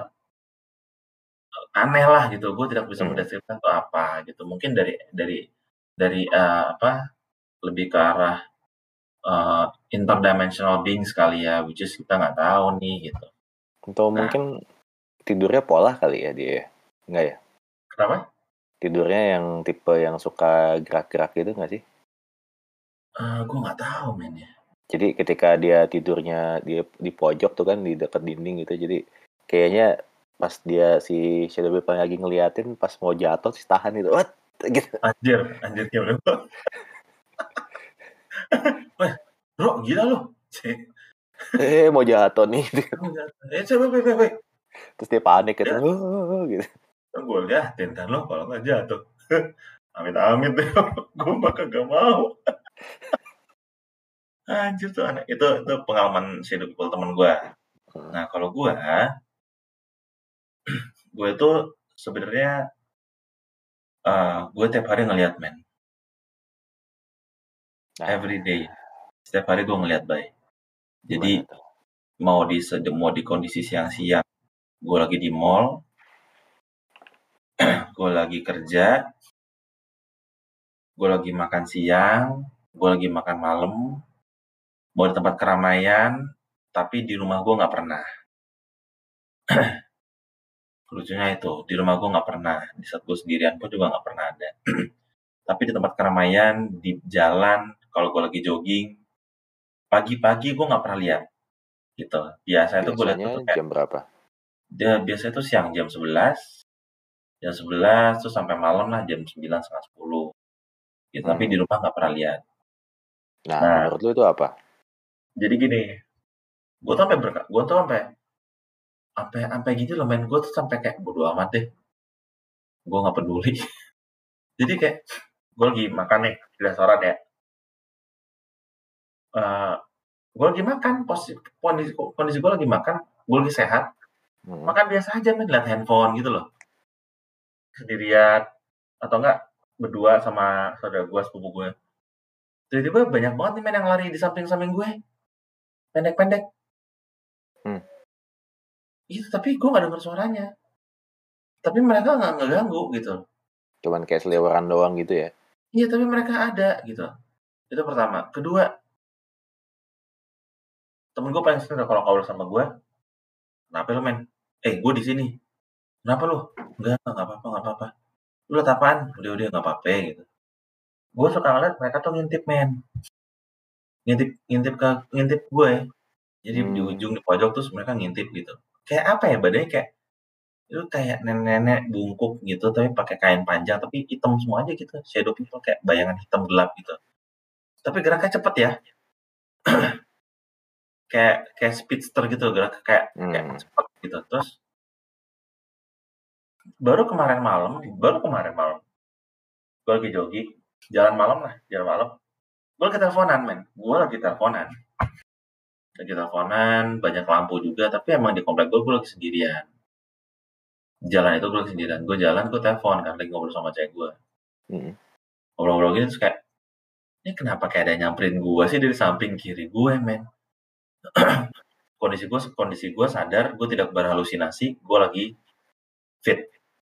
aneh lah gitu, gue tidak bisa hmm. mendeskripsikan itu apa gitu. Mungkin dari dari dari uh, apa lebih ke arah uh, interdimensional beings kali ya, which is kita nggak tahu nih gitu. Atau nah, mungkin tidurnya pola kali ya dia, nggak ya? Kenapa? Tidurnya yang tipe yang suka gerak-gerak gitu nggak sih? Uh, gue nggak tahu, men ya. Jadi ketika dia tidurnya dia di pojok tuh kan di dekat dinding gitu. Jadi kayaknya pas dia si shadow people lagi ngeliatin pas mau jatuh sih tahan gitu. What? Gitu. Anjir, anjir ya udah. Wah, bro, gila lu. Eh mau jatuh nih. Eh, coba, wait, wait, wait. Terus dia panik gitu. Ya. Oh, gitu. Gue liatin kan lo kalau nggak jatuh. Amit-amit deh, gue mah kagak mau. Anjir tuh aneh. Itu itu pengalaman shadow people temen gue. Nah kalau gue, gue tuh sebenarnya uh, gue tiap hari ngeliat men. Nah, Every day. Setiap hari gue ngeliat bay. Jadi gimana tuh? mau di mau di kondisi siang-siang, gue lagi di mall, gue lagi kerja, gue lagi makan siang, gue lagi makan malam, mau di tempat keramaian, tapi di rumah gue nggak pernah. Lucunya itu, di rumah gue nggak pernah. Di saat gue sendirian pun juga nggak pernah ada. Tapi di tempat keramaian, di jalan, kalau gue lagi jogging, pagi-pagi gue nggak pernah lihat. Gitu. Biasanya tuh gue lihat Biasanya tuh kayak, jam berapa? dia biasanya tuh siang jam sebelas, jam sebelas tuh sampai malam lah jam sembilan setengah sepuluh. Gitu. Tapi Hmm. di rumah nggak pernah lihat. Nah, Nah, menurut lu itu apa? jadi gini, gue tuh sampai berka, gue tuh sampai, sampai, sampai gitu loh men, gue tuh sampai kayak bodo amat deh, gue nggak peduli. Jadi kayak gue lagi makan nih di restoran ya, uh, gue lagi makan, posisi kondisi, kondisi gue lagi makan, gue lagi sehat, Hmm. makan biasa aja men, lihat handphone gitu loh, sendirian atau enggak berdua sama saudara gue, sepupu gue. Tiba-tiba banyak banget nih men yang lari di samping-samping gue, pendek-pendek. Hmm. Itu tapi gue nggak dengar suaranya, tapi mereka nggak ngeganggu gitu. Cuman kayak seliweran doang gitu ya? Iya, tapi mereka ada gitu. Itu pertama. Kedua, temen gue paling sering kalau ngobrol sama gue, kenapa lu men? Eh, gue di sini. Kenapa lu? Enggak, nggak apa-apa, nggak apa-apa. Lu liat apaan? Udah-udah nggak apa-apa gitu. Gue suka ngeliat mereka tuh ngintip men, ngintip ngintip ke ngintip gue. Jadi di Hmm. ujung di pojok terus mereka ngintip gitu. Kayak apa ya badannya kayak itu kayak nenek-nenek bungkuk gitu tapi pakai kain panjang tapi hitam semua aja gitu. Shadow people kayak bayangan hitam gelap gitu. Tapi geraknya cepet ya. kayak kayak speedster gitu gerak kayak Hmm. kayak cepet gitu. Terus baru kemarin malam, baru kemarin malam gue lagi jogging, jalan malam lah, jalan malam. Gue lagi teleponan men, gue lagi teleponan. Lagi teleponan, banyak lampu juga, tapi emang di komplek gue, gue lagi sendirian. Jalan itu gue lagi sendirian. Gue jalan, gue telepon kan, lagi ngobrol sama cewek gue. Hmm. Ngobrol-ngobrol gitu, terus kayak, ini kenapa kayak ada yang nyamperin gue sih dari samping kiri gue, men. kondisi gue, kondisi gue sadar, gue tidak berhalusinasi, gue lagi fit.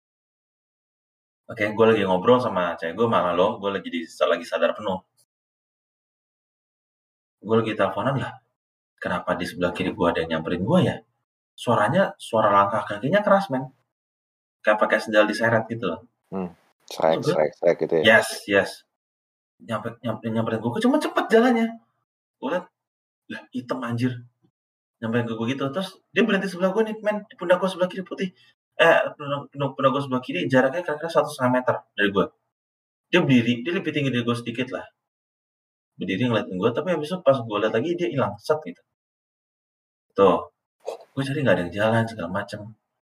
Oke, gue lagi ngobrol sama cewek gue, malah lo, gue lagi, di, lagi sadar penuh. Gue lagi teleponan lah, kenapa di sebelah kiri gue ada yang nyamperin gue ya? Suaranya, suara langkah kakinya keras, men. Kayak pakai sendal diseret gitu loh. Hmm. Srek, srek, srek gitu ya? Yes, yes. Nyampe, nyampe, nyamperin gue, cuma cepet jalannya. Gue liat, lah hitam anjir. Nyamperin ke gue gitu. Terus dia berhenti sebelah gue nih, men. Di pundak gue sebelah kiri putih. Eh, pundak, pundak gue sebelah kiri jaraknya kira-kira satu setengah meter dari gue. Dia berdiri, dia lebih tinggi dari gue sedikit lah. Berdiri ngeliatin gue, tapi habis itu pas gue liat lagi, dia hilang, set gitu. Tuh, gue cari gak ada yang jalan, segala macem.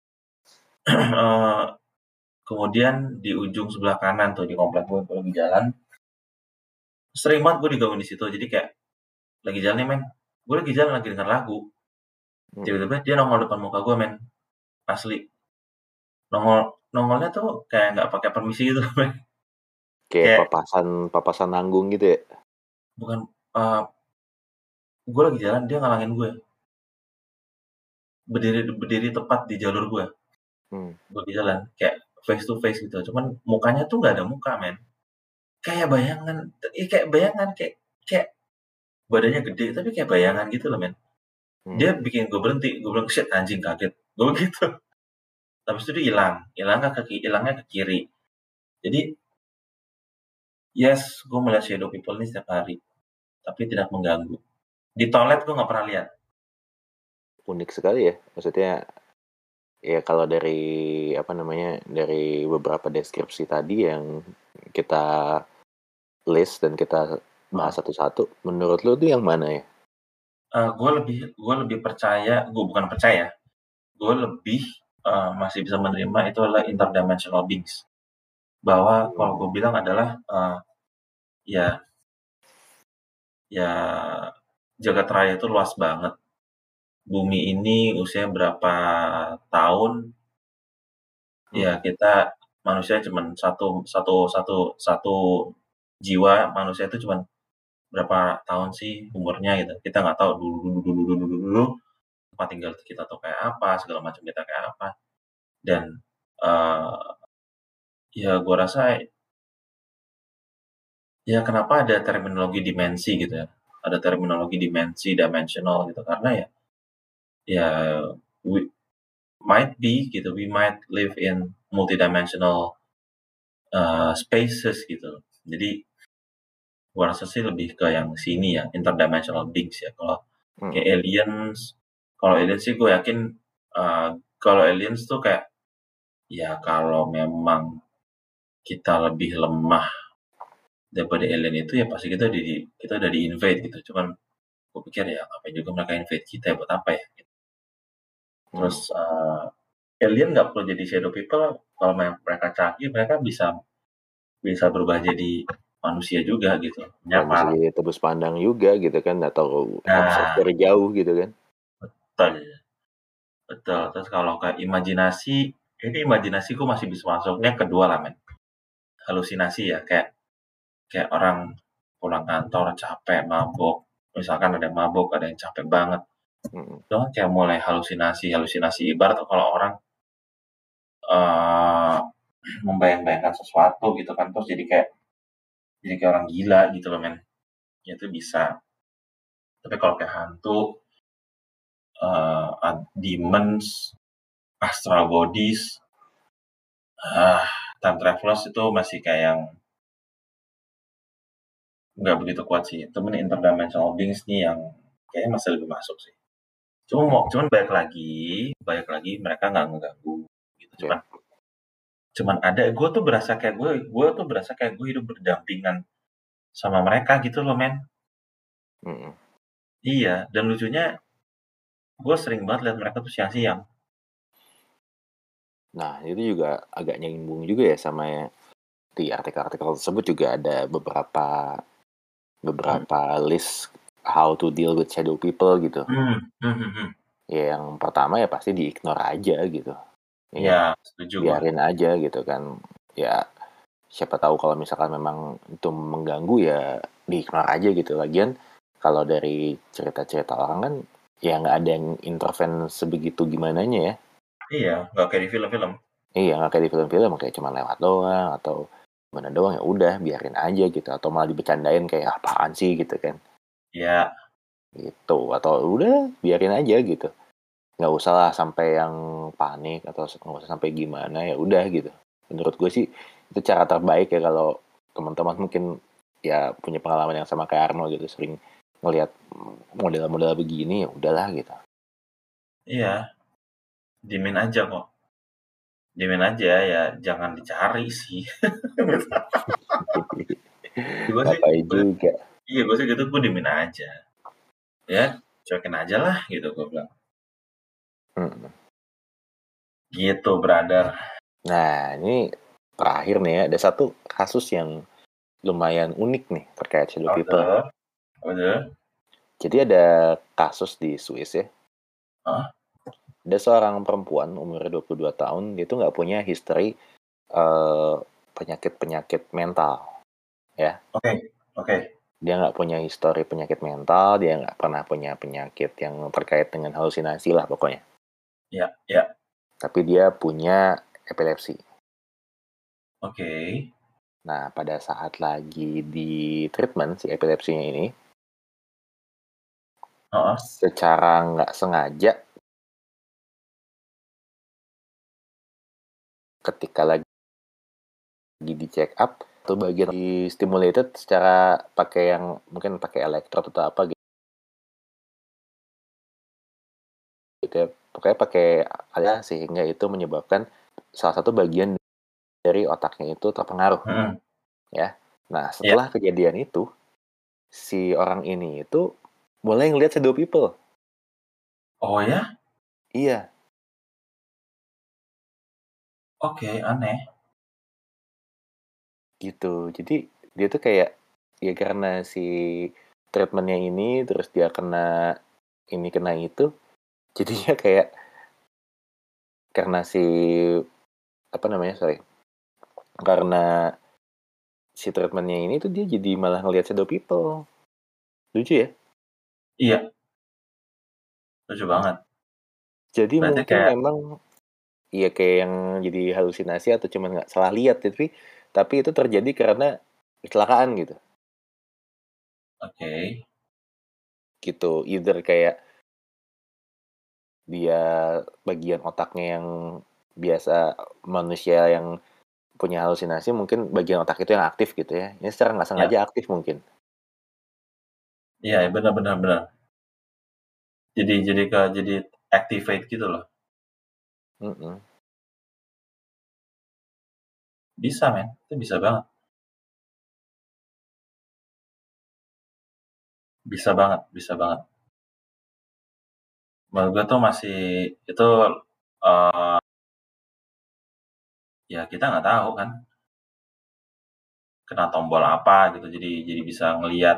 uh, kemudian di ujung sebelah kanan tuh, di komplek gue, gue lagi jalan. Sering banget gue digangguin di situ, jadi kayak lagi jalan nih men, gue lagi jalan lagi denger lagu, tiba-tiba dia nongol depan muka gue men, asli, nongol nongolnya tuh kayak nggak pakai permisi gitu men, Kayak kayak papasan papasan nanggung gitu ya? bukan, uh, gue lagi jalan dia ngalangin gue, berdiri berdiri tepat di jalur gue, Hmm. gue di jalan kayak face to face gitu, cuman mukanya tuh nggak ada muka men, kayak bayangan, eh, kayak bayangan kayak kayak badannya gede tapi kayak bayangan gitu loh men. Dia Hmm. bikin gue berhenti, gue bilang shit anjing kaget, gue gitu. Habis itu dia hilang, hilangnya ke hilangnya ke kiri. Jadi yes, gue melihat shadow people ini setiap hari, tapi tidak mengganggu. Di toilet gue nggak pernah lihat. Unik sekali ya, maksudnya ya kalau dari apa namanya dari beberapa deskripsi tadi yang kita list dan kita bahas Heeh. satu-satu, menurut lu tuh yang mana ya? Uh, gue lebih gue lebih percaya, gue bukan percaya, gue lebih uh, masih bisa menerima itu adalah interdimensional beings. Bahwa kalau gue Hmm. bilang adalah uh, ya ya jagat raya itu luas banget. Bumi ini usia berapa tahun? Ya Hmm. kita manusia cuman satu satu satu satu jiwa manusia itu cuman berapa tahun sih umurnya gitu. Kita nggak tahu dulu dulu dulu dulu dulu dulu tempat tinggal kita tuh kayak apa, segala macam kita kayak apa. Dan uh, ya gue rasa ya kenapa ada terminologi dimensi gitu ya. Ada terminologi dimensi, dimensional gitu karena ya ya we might be gitu, we might live in multidimensional uh, spaces gitu. Jadi gua rasa sih lebih ke yang sini ya, interdimensional beings ya. Kalau kayak Hmm. aliens, kalau aliens sih gue yakin uh, kalau aliens tuh kayak ya kalau memang kita lebih lemah daripada alien itu ya pasti kita di kita udah di invade gitu. Cuman gue pikir ya ngapain juga mereka invade kita ya, buat apa ya? Gitu. Terus Hmm. uh, alien nggak perlu jadi shadow people kalau mereka canggih mereka bisa bisa berubah jadi manusia juga gitu, Dan bisa menyapa. jadi tebus pandang juga gitu kan, atau observe Nah, dari jauh gitu kan. betul. Betul, terus kalau ke imajinasi, ini imajinasiku masih bisa masuk. Ini yang kedua lah, men. Halusinasi ya, kayak kayak orang pulang kantor capek, mabuk. Misalkan ada yang mabuk, ada yang capek banget. Hmm. Itu kan kayak mulai halusinasi, halusinasi. Ibarat kalau orang eh membayang-bayangkan sesuatu gitu kan, terus jadi kayak jadi kayak orang gila gitu loh, men. Ya, itu bisa. Tapi kalau kayak hantu, eh demons, astral bodies, ah, time travelers itu masih kayak yang nggak begitu kuat sih. Temen interdimensional beings nih yang kayaknya masih lebih masuk sih. Cuma mau, Hmm. cuman balik lagi, balik lagi mereka nggak ngeganggu gitu. Ya. Cuman, cuman ada gue tuh berasa kayak gue, gue tuh berasa kayak gue hidup berdampingan sama mereka gitu loh, men. Hmm. Iya, dan lucunya gue sering banget lihat mereka tuh siang-siang. Nah, itu juga agak nyambung juga ya sama ya, di artikel-artikel tersebut juga ada beberapa Hmm, beberapa list how to deal with shadow people gitu. hmm, hmm, hmm, hmm. Ya, yang pertama ya pasti di-ignore aja gitu. Ya kan? Iya, setuju gue. Biarin aja gitu kan. Ya siapa tahu kalau misalkan memang itu mengganggu ya di-ignore aja gitu. Lagian kalau dari cerita-cerita orang kan ya nggak ada yang interven sebegitu gimananya ya. Iya, nggak kayak di film-film. Iya, nggak kayak di film-film kayak cuma lewat doang atau gimana doang, ya udah biarin aja gitu atau malah dibecandain kayak apaan sih gitu kan. Iya, Gitu atau udah biarin aja gitu. Nggak usah lah sampai yang panik atau nggak usah sampai gimana, ya udah gitu. Menurut gue sih itu cara terbaik ya kalau teman-teman mungkin ya punya pengalaman yang sama kayak Arno gitu, sering ngelihat model-model begini, ya udahlah gitu. iya, dimin aja kok. Dimin aja ya, jangan dicari sih. gue sih, Ngapain gue, juga. iya gue sih gitu, gue dimin aja. Ya, cuekin aja lah gitu gue bilang. Hmm. Gitu, brother. Nah, ini terakhir nih ya, ada satu kasus yang lumayan unik nih terkait shadow people. Udah, udah. Jadi ada kasus di Swiss ya. Hah? Ada seorang perempuan umurnya dua puluh dua tahun, dia tuh nggak punya history eh, penyakit-penyakit mental ya. Oke, oke. Dia nggak punya histori penyakit mental, dia nggak pernah punya penyakit yang terkait dengan halusinasi lah pokoknya. Ya, ya. Tapi dia punya epilepsi. Oke. Nah, pada saat lagi di treatment si epilepsinya ini, Heeh. secara nggak sengaja ketika lagi di check up, tuh bagian di stimulated secara pakai yang mungkin pakai elektrod atau apa gitu. gitu ya. Pokoknya pakai ada sehingga itu menyebabkan salah satu bagian dari otaknya itu terpengaruh. Hmm. Ya. Nah, setelah kejadian itu, si orang ini itu mulai ngelihat shadow people. Oh ya? Iya. Oke, aneh. Gitu. Jadi dia tuh kayak ya karena si treatmentnya ini terus dia kena ini kena itu, jadinya kayak karena si apa namanya sorry karena si treatmentnya ini tuh dia jadi malah ngelihat shadow people. Lucu ya? Iya. Lucu banget. Jadi Berarti mungkin kayak memang iya kayak yang jadi halusinasi atau cuma nggak salah lihat tapi tapi itu terjadi karena kecelakaan gitu. oke. Okay. Gitu. Either kayak dia bagian otaknya yang biasa manusia yang punya halusinasi mungkin bagian otak itu yang aktif gitu ya. Ini secara nggak sengaja Ya. aktif mungkin. Iya, benar benar benar. Jadi jadi ke jadi activate gitu loh. Mm-mm. Bisa, men. Itu bisa banget. Bisa banget, bisa banget. Menurut gue tuh masih itu uh, ya kita nggak tahu kan kena tombol apa gitu jadi jadi bisa ngelihat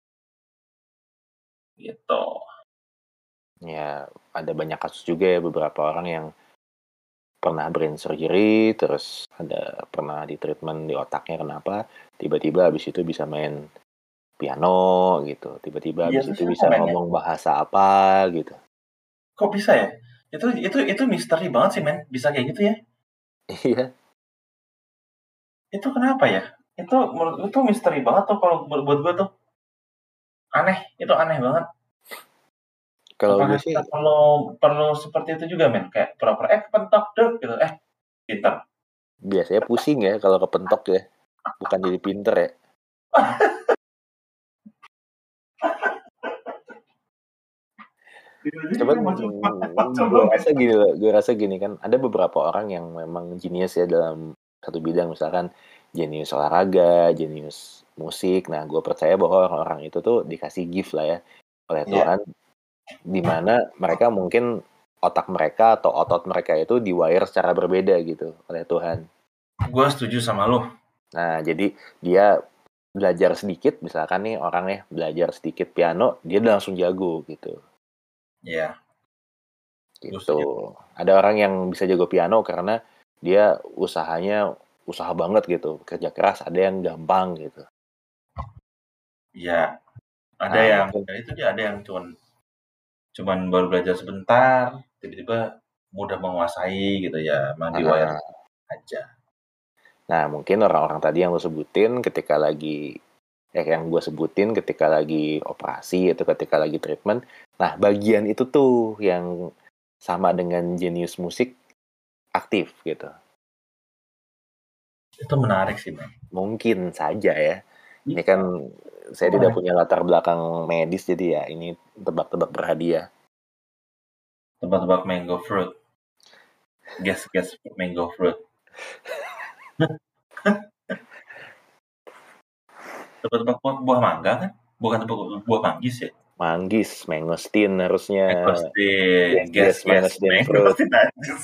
gitu. Ya, ada banyak kasus juga ya beberapa orang yang pernah brain surgery, terus ada pernah di treatment di otaknya kenapa, tiba-tiba habis itu bisa main piano gitu, tiba-tiba Iya habis tuh itu siapa bisa men ya? ngomong bahasa apa gitu. Kok bisa ya? Itu itu itu misteri banget sih men, bisa kayak gitu ya? Iya. Itu kenapa ya? Itu menurut itu misteri banget tuh kalau buat, buat gue tuh aneh, itu aneh banget. Kalau gue Apakah sih kita perlu perlu seperti itu juga men? Kayak pura-pura eh kepentok deh gitu, eh pinter. biasanya pusing ya kalau kepentok ya, bukan jadi pinter ya. Cuman gue rasa gini loh, gue rasa gini kan, ada beberapa orang yang memang jenius ya dalam satu bidang, misalkan jenius olahraga, jenius musik. Nah, gue percaya bahwa orang-orang itu tuh dikasih gift lah ya oleh Iya. Tuhan, di mana mereka mungkin otak mereka atau otot mereka itu di-wire secara berbeda gitu oleh Tuhan. Gue setuju sama lo. Nah, jadi dia belajar sedikit, misalkan nih orang nih belajar sedikit piano, dia udah langsung jago gitu. Iya. Gue Gitu. setuju. Ada orang yang bisa jago piano karena dia usahanya usaha banget gitu, kerja keras. Ada yang gampang gitu. Iya. Ada Nah, yang mungkin ya itu dia ada yang cuman cuman baru belajar sebentar, tiba-tiba mudah menguasai gitu ya, emang di wire nah, aja. nah mungkin orang-orang tadi yang lo sebutin ketika lagi eh yang gue sebutin ketika lagi operasi atau ketika lagi treatment. Nah, bagian itu tuh yang sama dengan jenius musik aktif gitu. Itu menarik sih, Bang. Mungkin saja ya. Ini Bisa. kan saya tidak Boleh. punya latar belakang medis jadi ya ini tebak-tebak berhadiah. Tebak-tebak mango fruit. Guess-guess mango fruit. Tebak-tebak buah, buah mangga kan? Bukan tebak buah manggis ya? Manggis, mangosteen harusnya. Mangosteen. Yes, yes, Guess-guess mangosteen fruit. mangosteen anjing.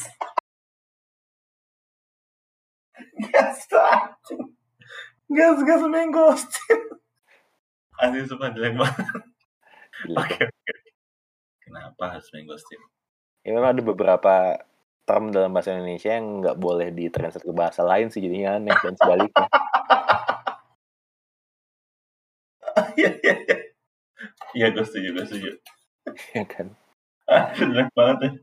Guess anjing. Guess-guess mangosteen. Anjing sumpah jelek banget. Gila Oke, deh. oke. Kenapa harus mangosteen? Ya, memang ada beberapa term dalam bahasa Indonesia yang nggak boleh ditranslate ke bahasa lain sih, jadinya aneh dan sebaliknya. Iya, iya, iya. Iya, gue setuju, gue setuju. Ya kan? Ah, jelek banget ya.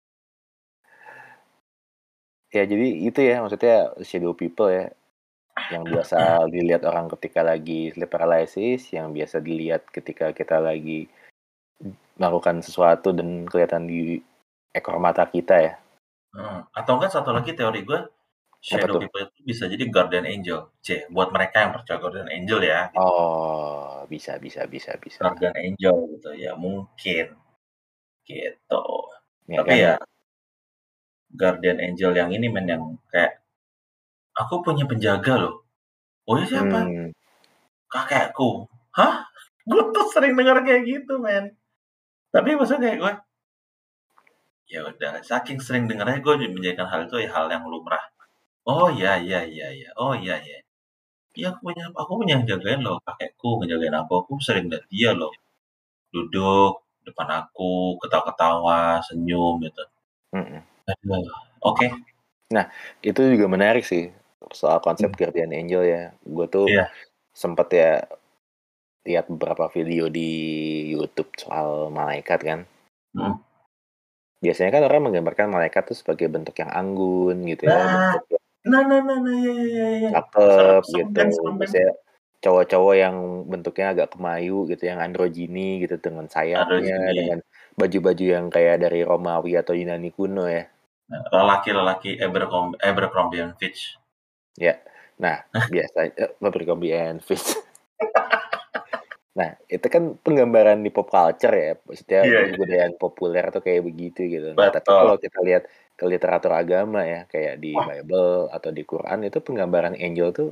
Ya jadi itu ya maksudnya shadow people ya, yang biasa dilihat orang ketika lagi sleep paralysis, yang biasa dilihat ketika kita lagi melakukan sesuatu dan kelihatan di ekor mata kita ya. Hmm. Atau enggak satu lagi teori gue, Apa shadow tuh? people itu bisa jadi guardian angel. C, buat mereka yang percaya guardian angel ya. Gitu. Oh, bisa bisa bisa bisa. Guardian angel gitu ya, mungkin. Gitu. Ya Tapi kan? ya Guardian Angel yang ini men yang kayak aku punya penjaga loh. Oh ya siapa? Hmm. Kakekku. Hah? Gue tuh sering denger kayak gitu men. Tapi maksudnya kayak gue, ya udah saking sering dengernya gue menjadikan hal itu ya hal yang lumrah. Oh iya iya iya iya. Oh iya iya. Iya aku punya aku punya yang jagain loh kakekku ngejagain aku. Aku sering lihat dia loh duduk depan aku ketawa-ketawa senyum gitu. Mm-mm. Aduh, oke. Nah, itu juga menarik sih soal konsep Hmm. Guardian Angel ya. Gue tuh Iya. sempet ya lihat beberapa video di YouTube soal malaikat kan. Hmm. Biasanya kan orang menggambarkan malaikat tuh sebagai bentuk yang anggun gitu ya, Nah, bentuk yang nah nah nah nah ya ya ya ya. Serem cakep serem gitu. kan serem kan. Biasanya cowok-cowok yang bentuknya agak kemayu gitu, yang androgini gitu dengan Ada sayapnya, sini. dengan baju-baju yang kayak dari Romawi atau Yunani kuno ya. Nah, lelaki-lelaki Abercrombie, Abercrombie and Fitch. Ya. Nah, biasa eh, Abercrombie and Fitch. Nah, itu kan penggambaran di pop culture ya, maksudnya Iya, iya. kebudayaan populer tuh kayak begitu gitu. Nah, tapi Betul. kalau kita lihat ke literatur agama ya, kayak di Wah, Bible atau di Quran itu penggambaran angel tuh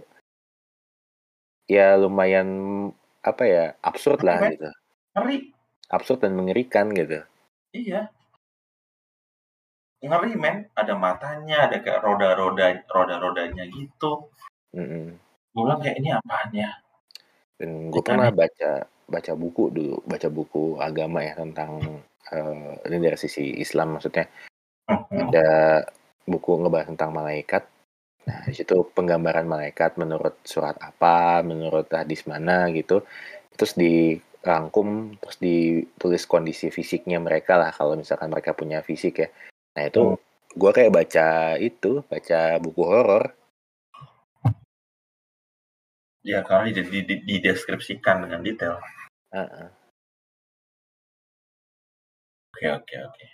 ya lumayan apa ya, absurd ngeri lah men. gitu. Ngeri. Absurd dan mengerikan gitu. Iya. Ngeri men. Ada matanya, ada kayak roda-roda, roda-rodanya gitu. Mm-mm. Gue bilang kayak ini apaan ya? Dan gue Ini pernah aneh. baca baca buku dulu, baca buku agama ya tentang eh, ini dari sisi Islam maksudnya. Mhm. Ada buku ngebahas tentang malaikat. Nah, di situ penggambaran malaikat menurut surat apa, menurut hadis mana gitu. Terus dirangkum, terus ditulis kondisi fisiknya mereka lah kalau misalkan mereka punya fisik ya. Nah, itu Hmm. gue kayak baca itu, baca buku horor. Ya karena di, di, di, dideskripsikan dengan detail. Uh-uh. Oke oke oke.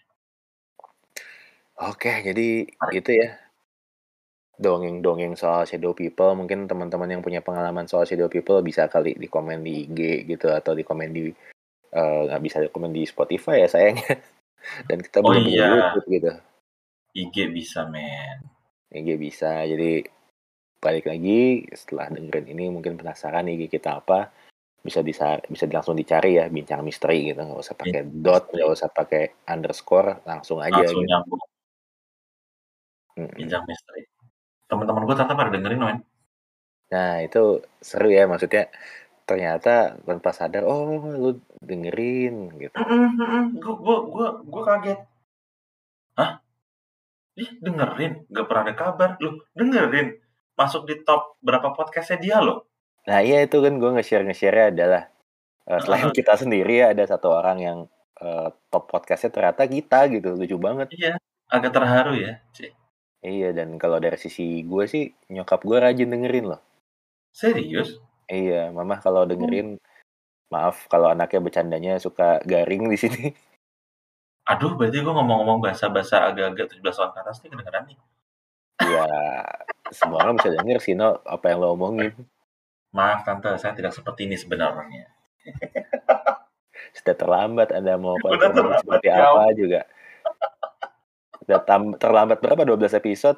Oke, jadi itu ya dongeng-dongeng soal shadow people. Mungkin teman-teman yang punya pengalaman soal shadow people bisa kali di komen di I G gitu atau di komen di eh, nggak bisa di komen di Spotify ya sayangnya. Dan kita Oh belum punya iya, YouTube gitu. I G bisa men. I G bisa. Jadi balik lagi setelah dengerin ini mungkin penasaran I G kita apa, bisa bisa bisa langsung dicari ya bincang misteri gitu, nggak usah pakai dot, nggak usah pakai underscore, langsung aja Langsung gitu. nyambung Mm-mm. bincang misteri. Teman-teman gue ternyata pada dengerin men. Nah itu seru ya, maksudnya ternyata tanpa sadar oh lu dengerin gitu. Gue gue gue gue kaget. Hah? Ih dengerin? Gak pernah ada kabar. Loh dengerin? Masuk di top berapa podcastnya dia loh. Nah iya itu kan gue nge-share nge-share adalah uh, selain Uh, kita sendiri ya ada satu orang yang uh, top podcastnya ternyata kita gitu, lucu banget. iya, agak terharu ya. Cih. Iya, dan kalau dari sisi gue sih, nyokap gue rajin dengerin loh. Serius? Iya, mama kalau dengerin, maaf kalau anaknya bercandanya suka garing di sini. Aduh, berarti gue ngomong-ngomong bahasa-bahasa agak-agak tujuh belas tahun ke atas nih kedengeran nih. Iya, semua orang bisa denger sih, no, apa yang lo omongin. Maaf tante, saya tidak seperti ini sebenarnya. Sudah terlambat Anda mau Udah konfirmasi terlambat seperti jauh. apa juga. Sudah tam- terlambat berapa? dua belas episode?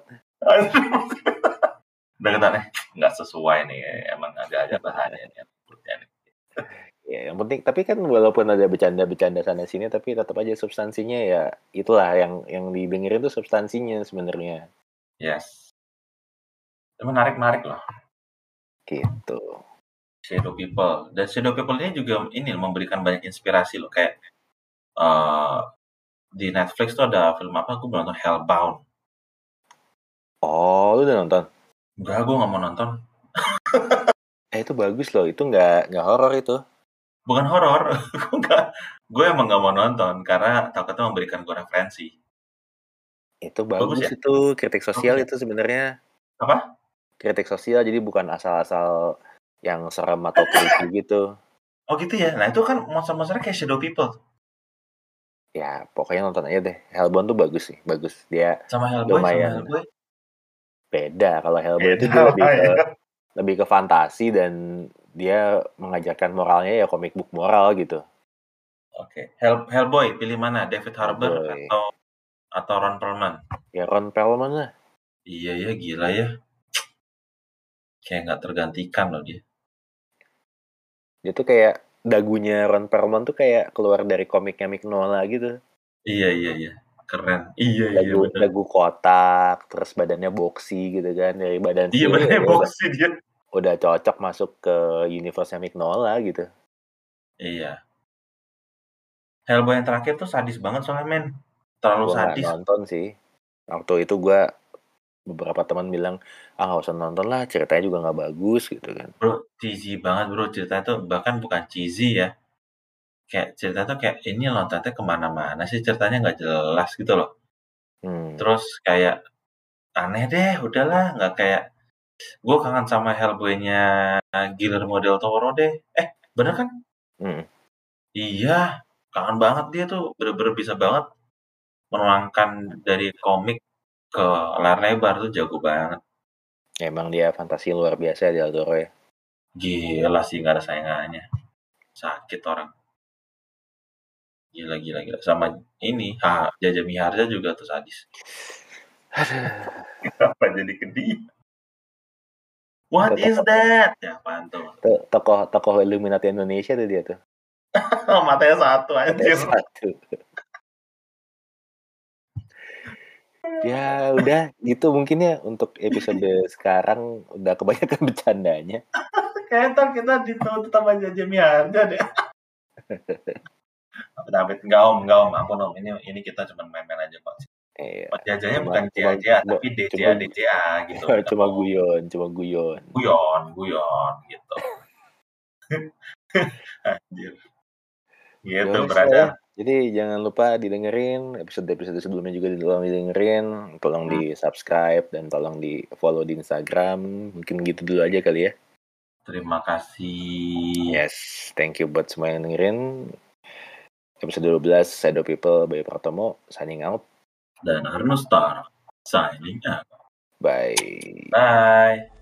Udah kata nih, nggak sesuai nih. Emang agak-agak bahaya nih. Ya, yang penting, tapi kan walaupun ada bercanda-bercanda sana sini, tapi tetap aja substansinya ya itulah yang yang didengerin tuh substansinya sebenarnya. Yes. Itu menarik-menarik loh. Gitu. Shadow People. Dan Shadow People ini juga ini memberikan banyak inspirasi loh. Kayak uh, di Netflix tuh ada film apa? Aku belum nonton Hellbound. Oh, lu udah nonton? Enggak, gue nggak mau nonton. Eh itu bagus loh, itu nggak nggak horor itu. Bukan horor. gue nggak. Gue emang nggak mau nonton karena takutnya memberikan gue referensi. Itu Bagus bagus ya? itu kritik Bagus sosial ya? itu sebenarnya. Apa? Kritik sosial jadi bukan asal-asal yang serem atau creepy gitu. Oh gitu ya? Nah itu kan monster-monsternya kayak Shadow People. Ya pokoknya nonton aja deh. Hellbound tuh bagus sih, bagus. Dia Sama Hellboy, sama lumayan Hellboy. beda. Kalau Hellboy itu Beda dia lebih lah ke ya. lebih ke fantasi dan dia mengajarkan moralnya ya comic book moral gitu. Oke. Hell, Hellboy, pilih mana? David Harbour Hellboy. atau atau Ron Perlman? Ya Ron Perlman lah. Iya ya, gila ya. Kayak nggak tergantikan loh dia. Dia tuh kayak dagunya Ron Perlman tuh kayak keluar dari komiknya Mignola gitu. Iya iya iya, keren. Iya iya Dagu bener. dagu kotak, terus badannya boxy gitu kan. Dari badan Iya segini bener ya udah boxy dia. udah cocok masuk ke universe-nya Mignola gitu. Iya. Hellboy yang terakhir tuh sadis banget soalnya men. Terlalu Gue nggak sadis. nonton sih. Waktu itu gue beberapa teman bilang, ah nggak usah nonton lah, ceritanya juga nggak bagus gitu kan. Bro, cheesy banget bro ceritanya tuh, bahkan bukan cheesy ya. Kayak cerita tuh kayak ini loh ternyata kemana-mana sih ceritanya nggak jelas gitu loh. Hmm. Terus kayak aneh deh, udahlah nggak kayak gue kangen sama Hellboy-nya Guillermo del Toro deh. Eh, bener kan? Hmm. Iya, kangen banget dia tuh, bener-bener bisa banget menuangkan dari komik ke layar lebar tuh jago banget. Emang dia fantasi luar biasa Del Toro ya. Gila sih nggak ada saingannya. Sakit orang. Gila gila gila. Sama ini, ha, Jaja Miharja juga tuh sadis. Kenapa jadi ke dia? What Itu is tokoh, that? Ya apaan tuh? itu tokoh tokoh Illuminati Indonesia tuh dia tuh. Matanya satu Ada anjir. satu. Ya udah gitu mungkin ya untuk episode sekarang udah kebanyakan bercandanya. Kayaknya ntar kita ditutup sama Jaja Miharja deh. David, enggak om, enggak om, ampun om. Ini ini kita cuma main-main aja kok. Iya. Mas Jajanya Cuma bukan cuma Jaja, cuma tapi D J cuma, A D J A gitu. cuma guyon, cuma guyon. Guyon, guyon gitu. Anjir. Gitu, Yaudah, brother. ya. Jadi jangan lupa didengerin episode-episode sebelumnya juga tolong didengerin, tolong Hmm. di subscribe dan tolong di follow di Instagram. Mungkin gitu dulu aja kali ya. Terima kasih. Yes, thank you buat semua yang dengerin. Episode dua belas Shadow People by Pratomo signing out. Dan Arno Star signing out. Bye. Bye.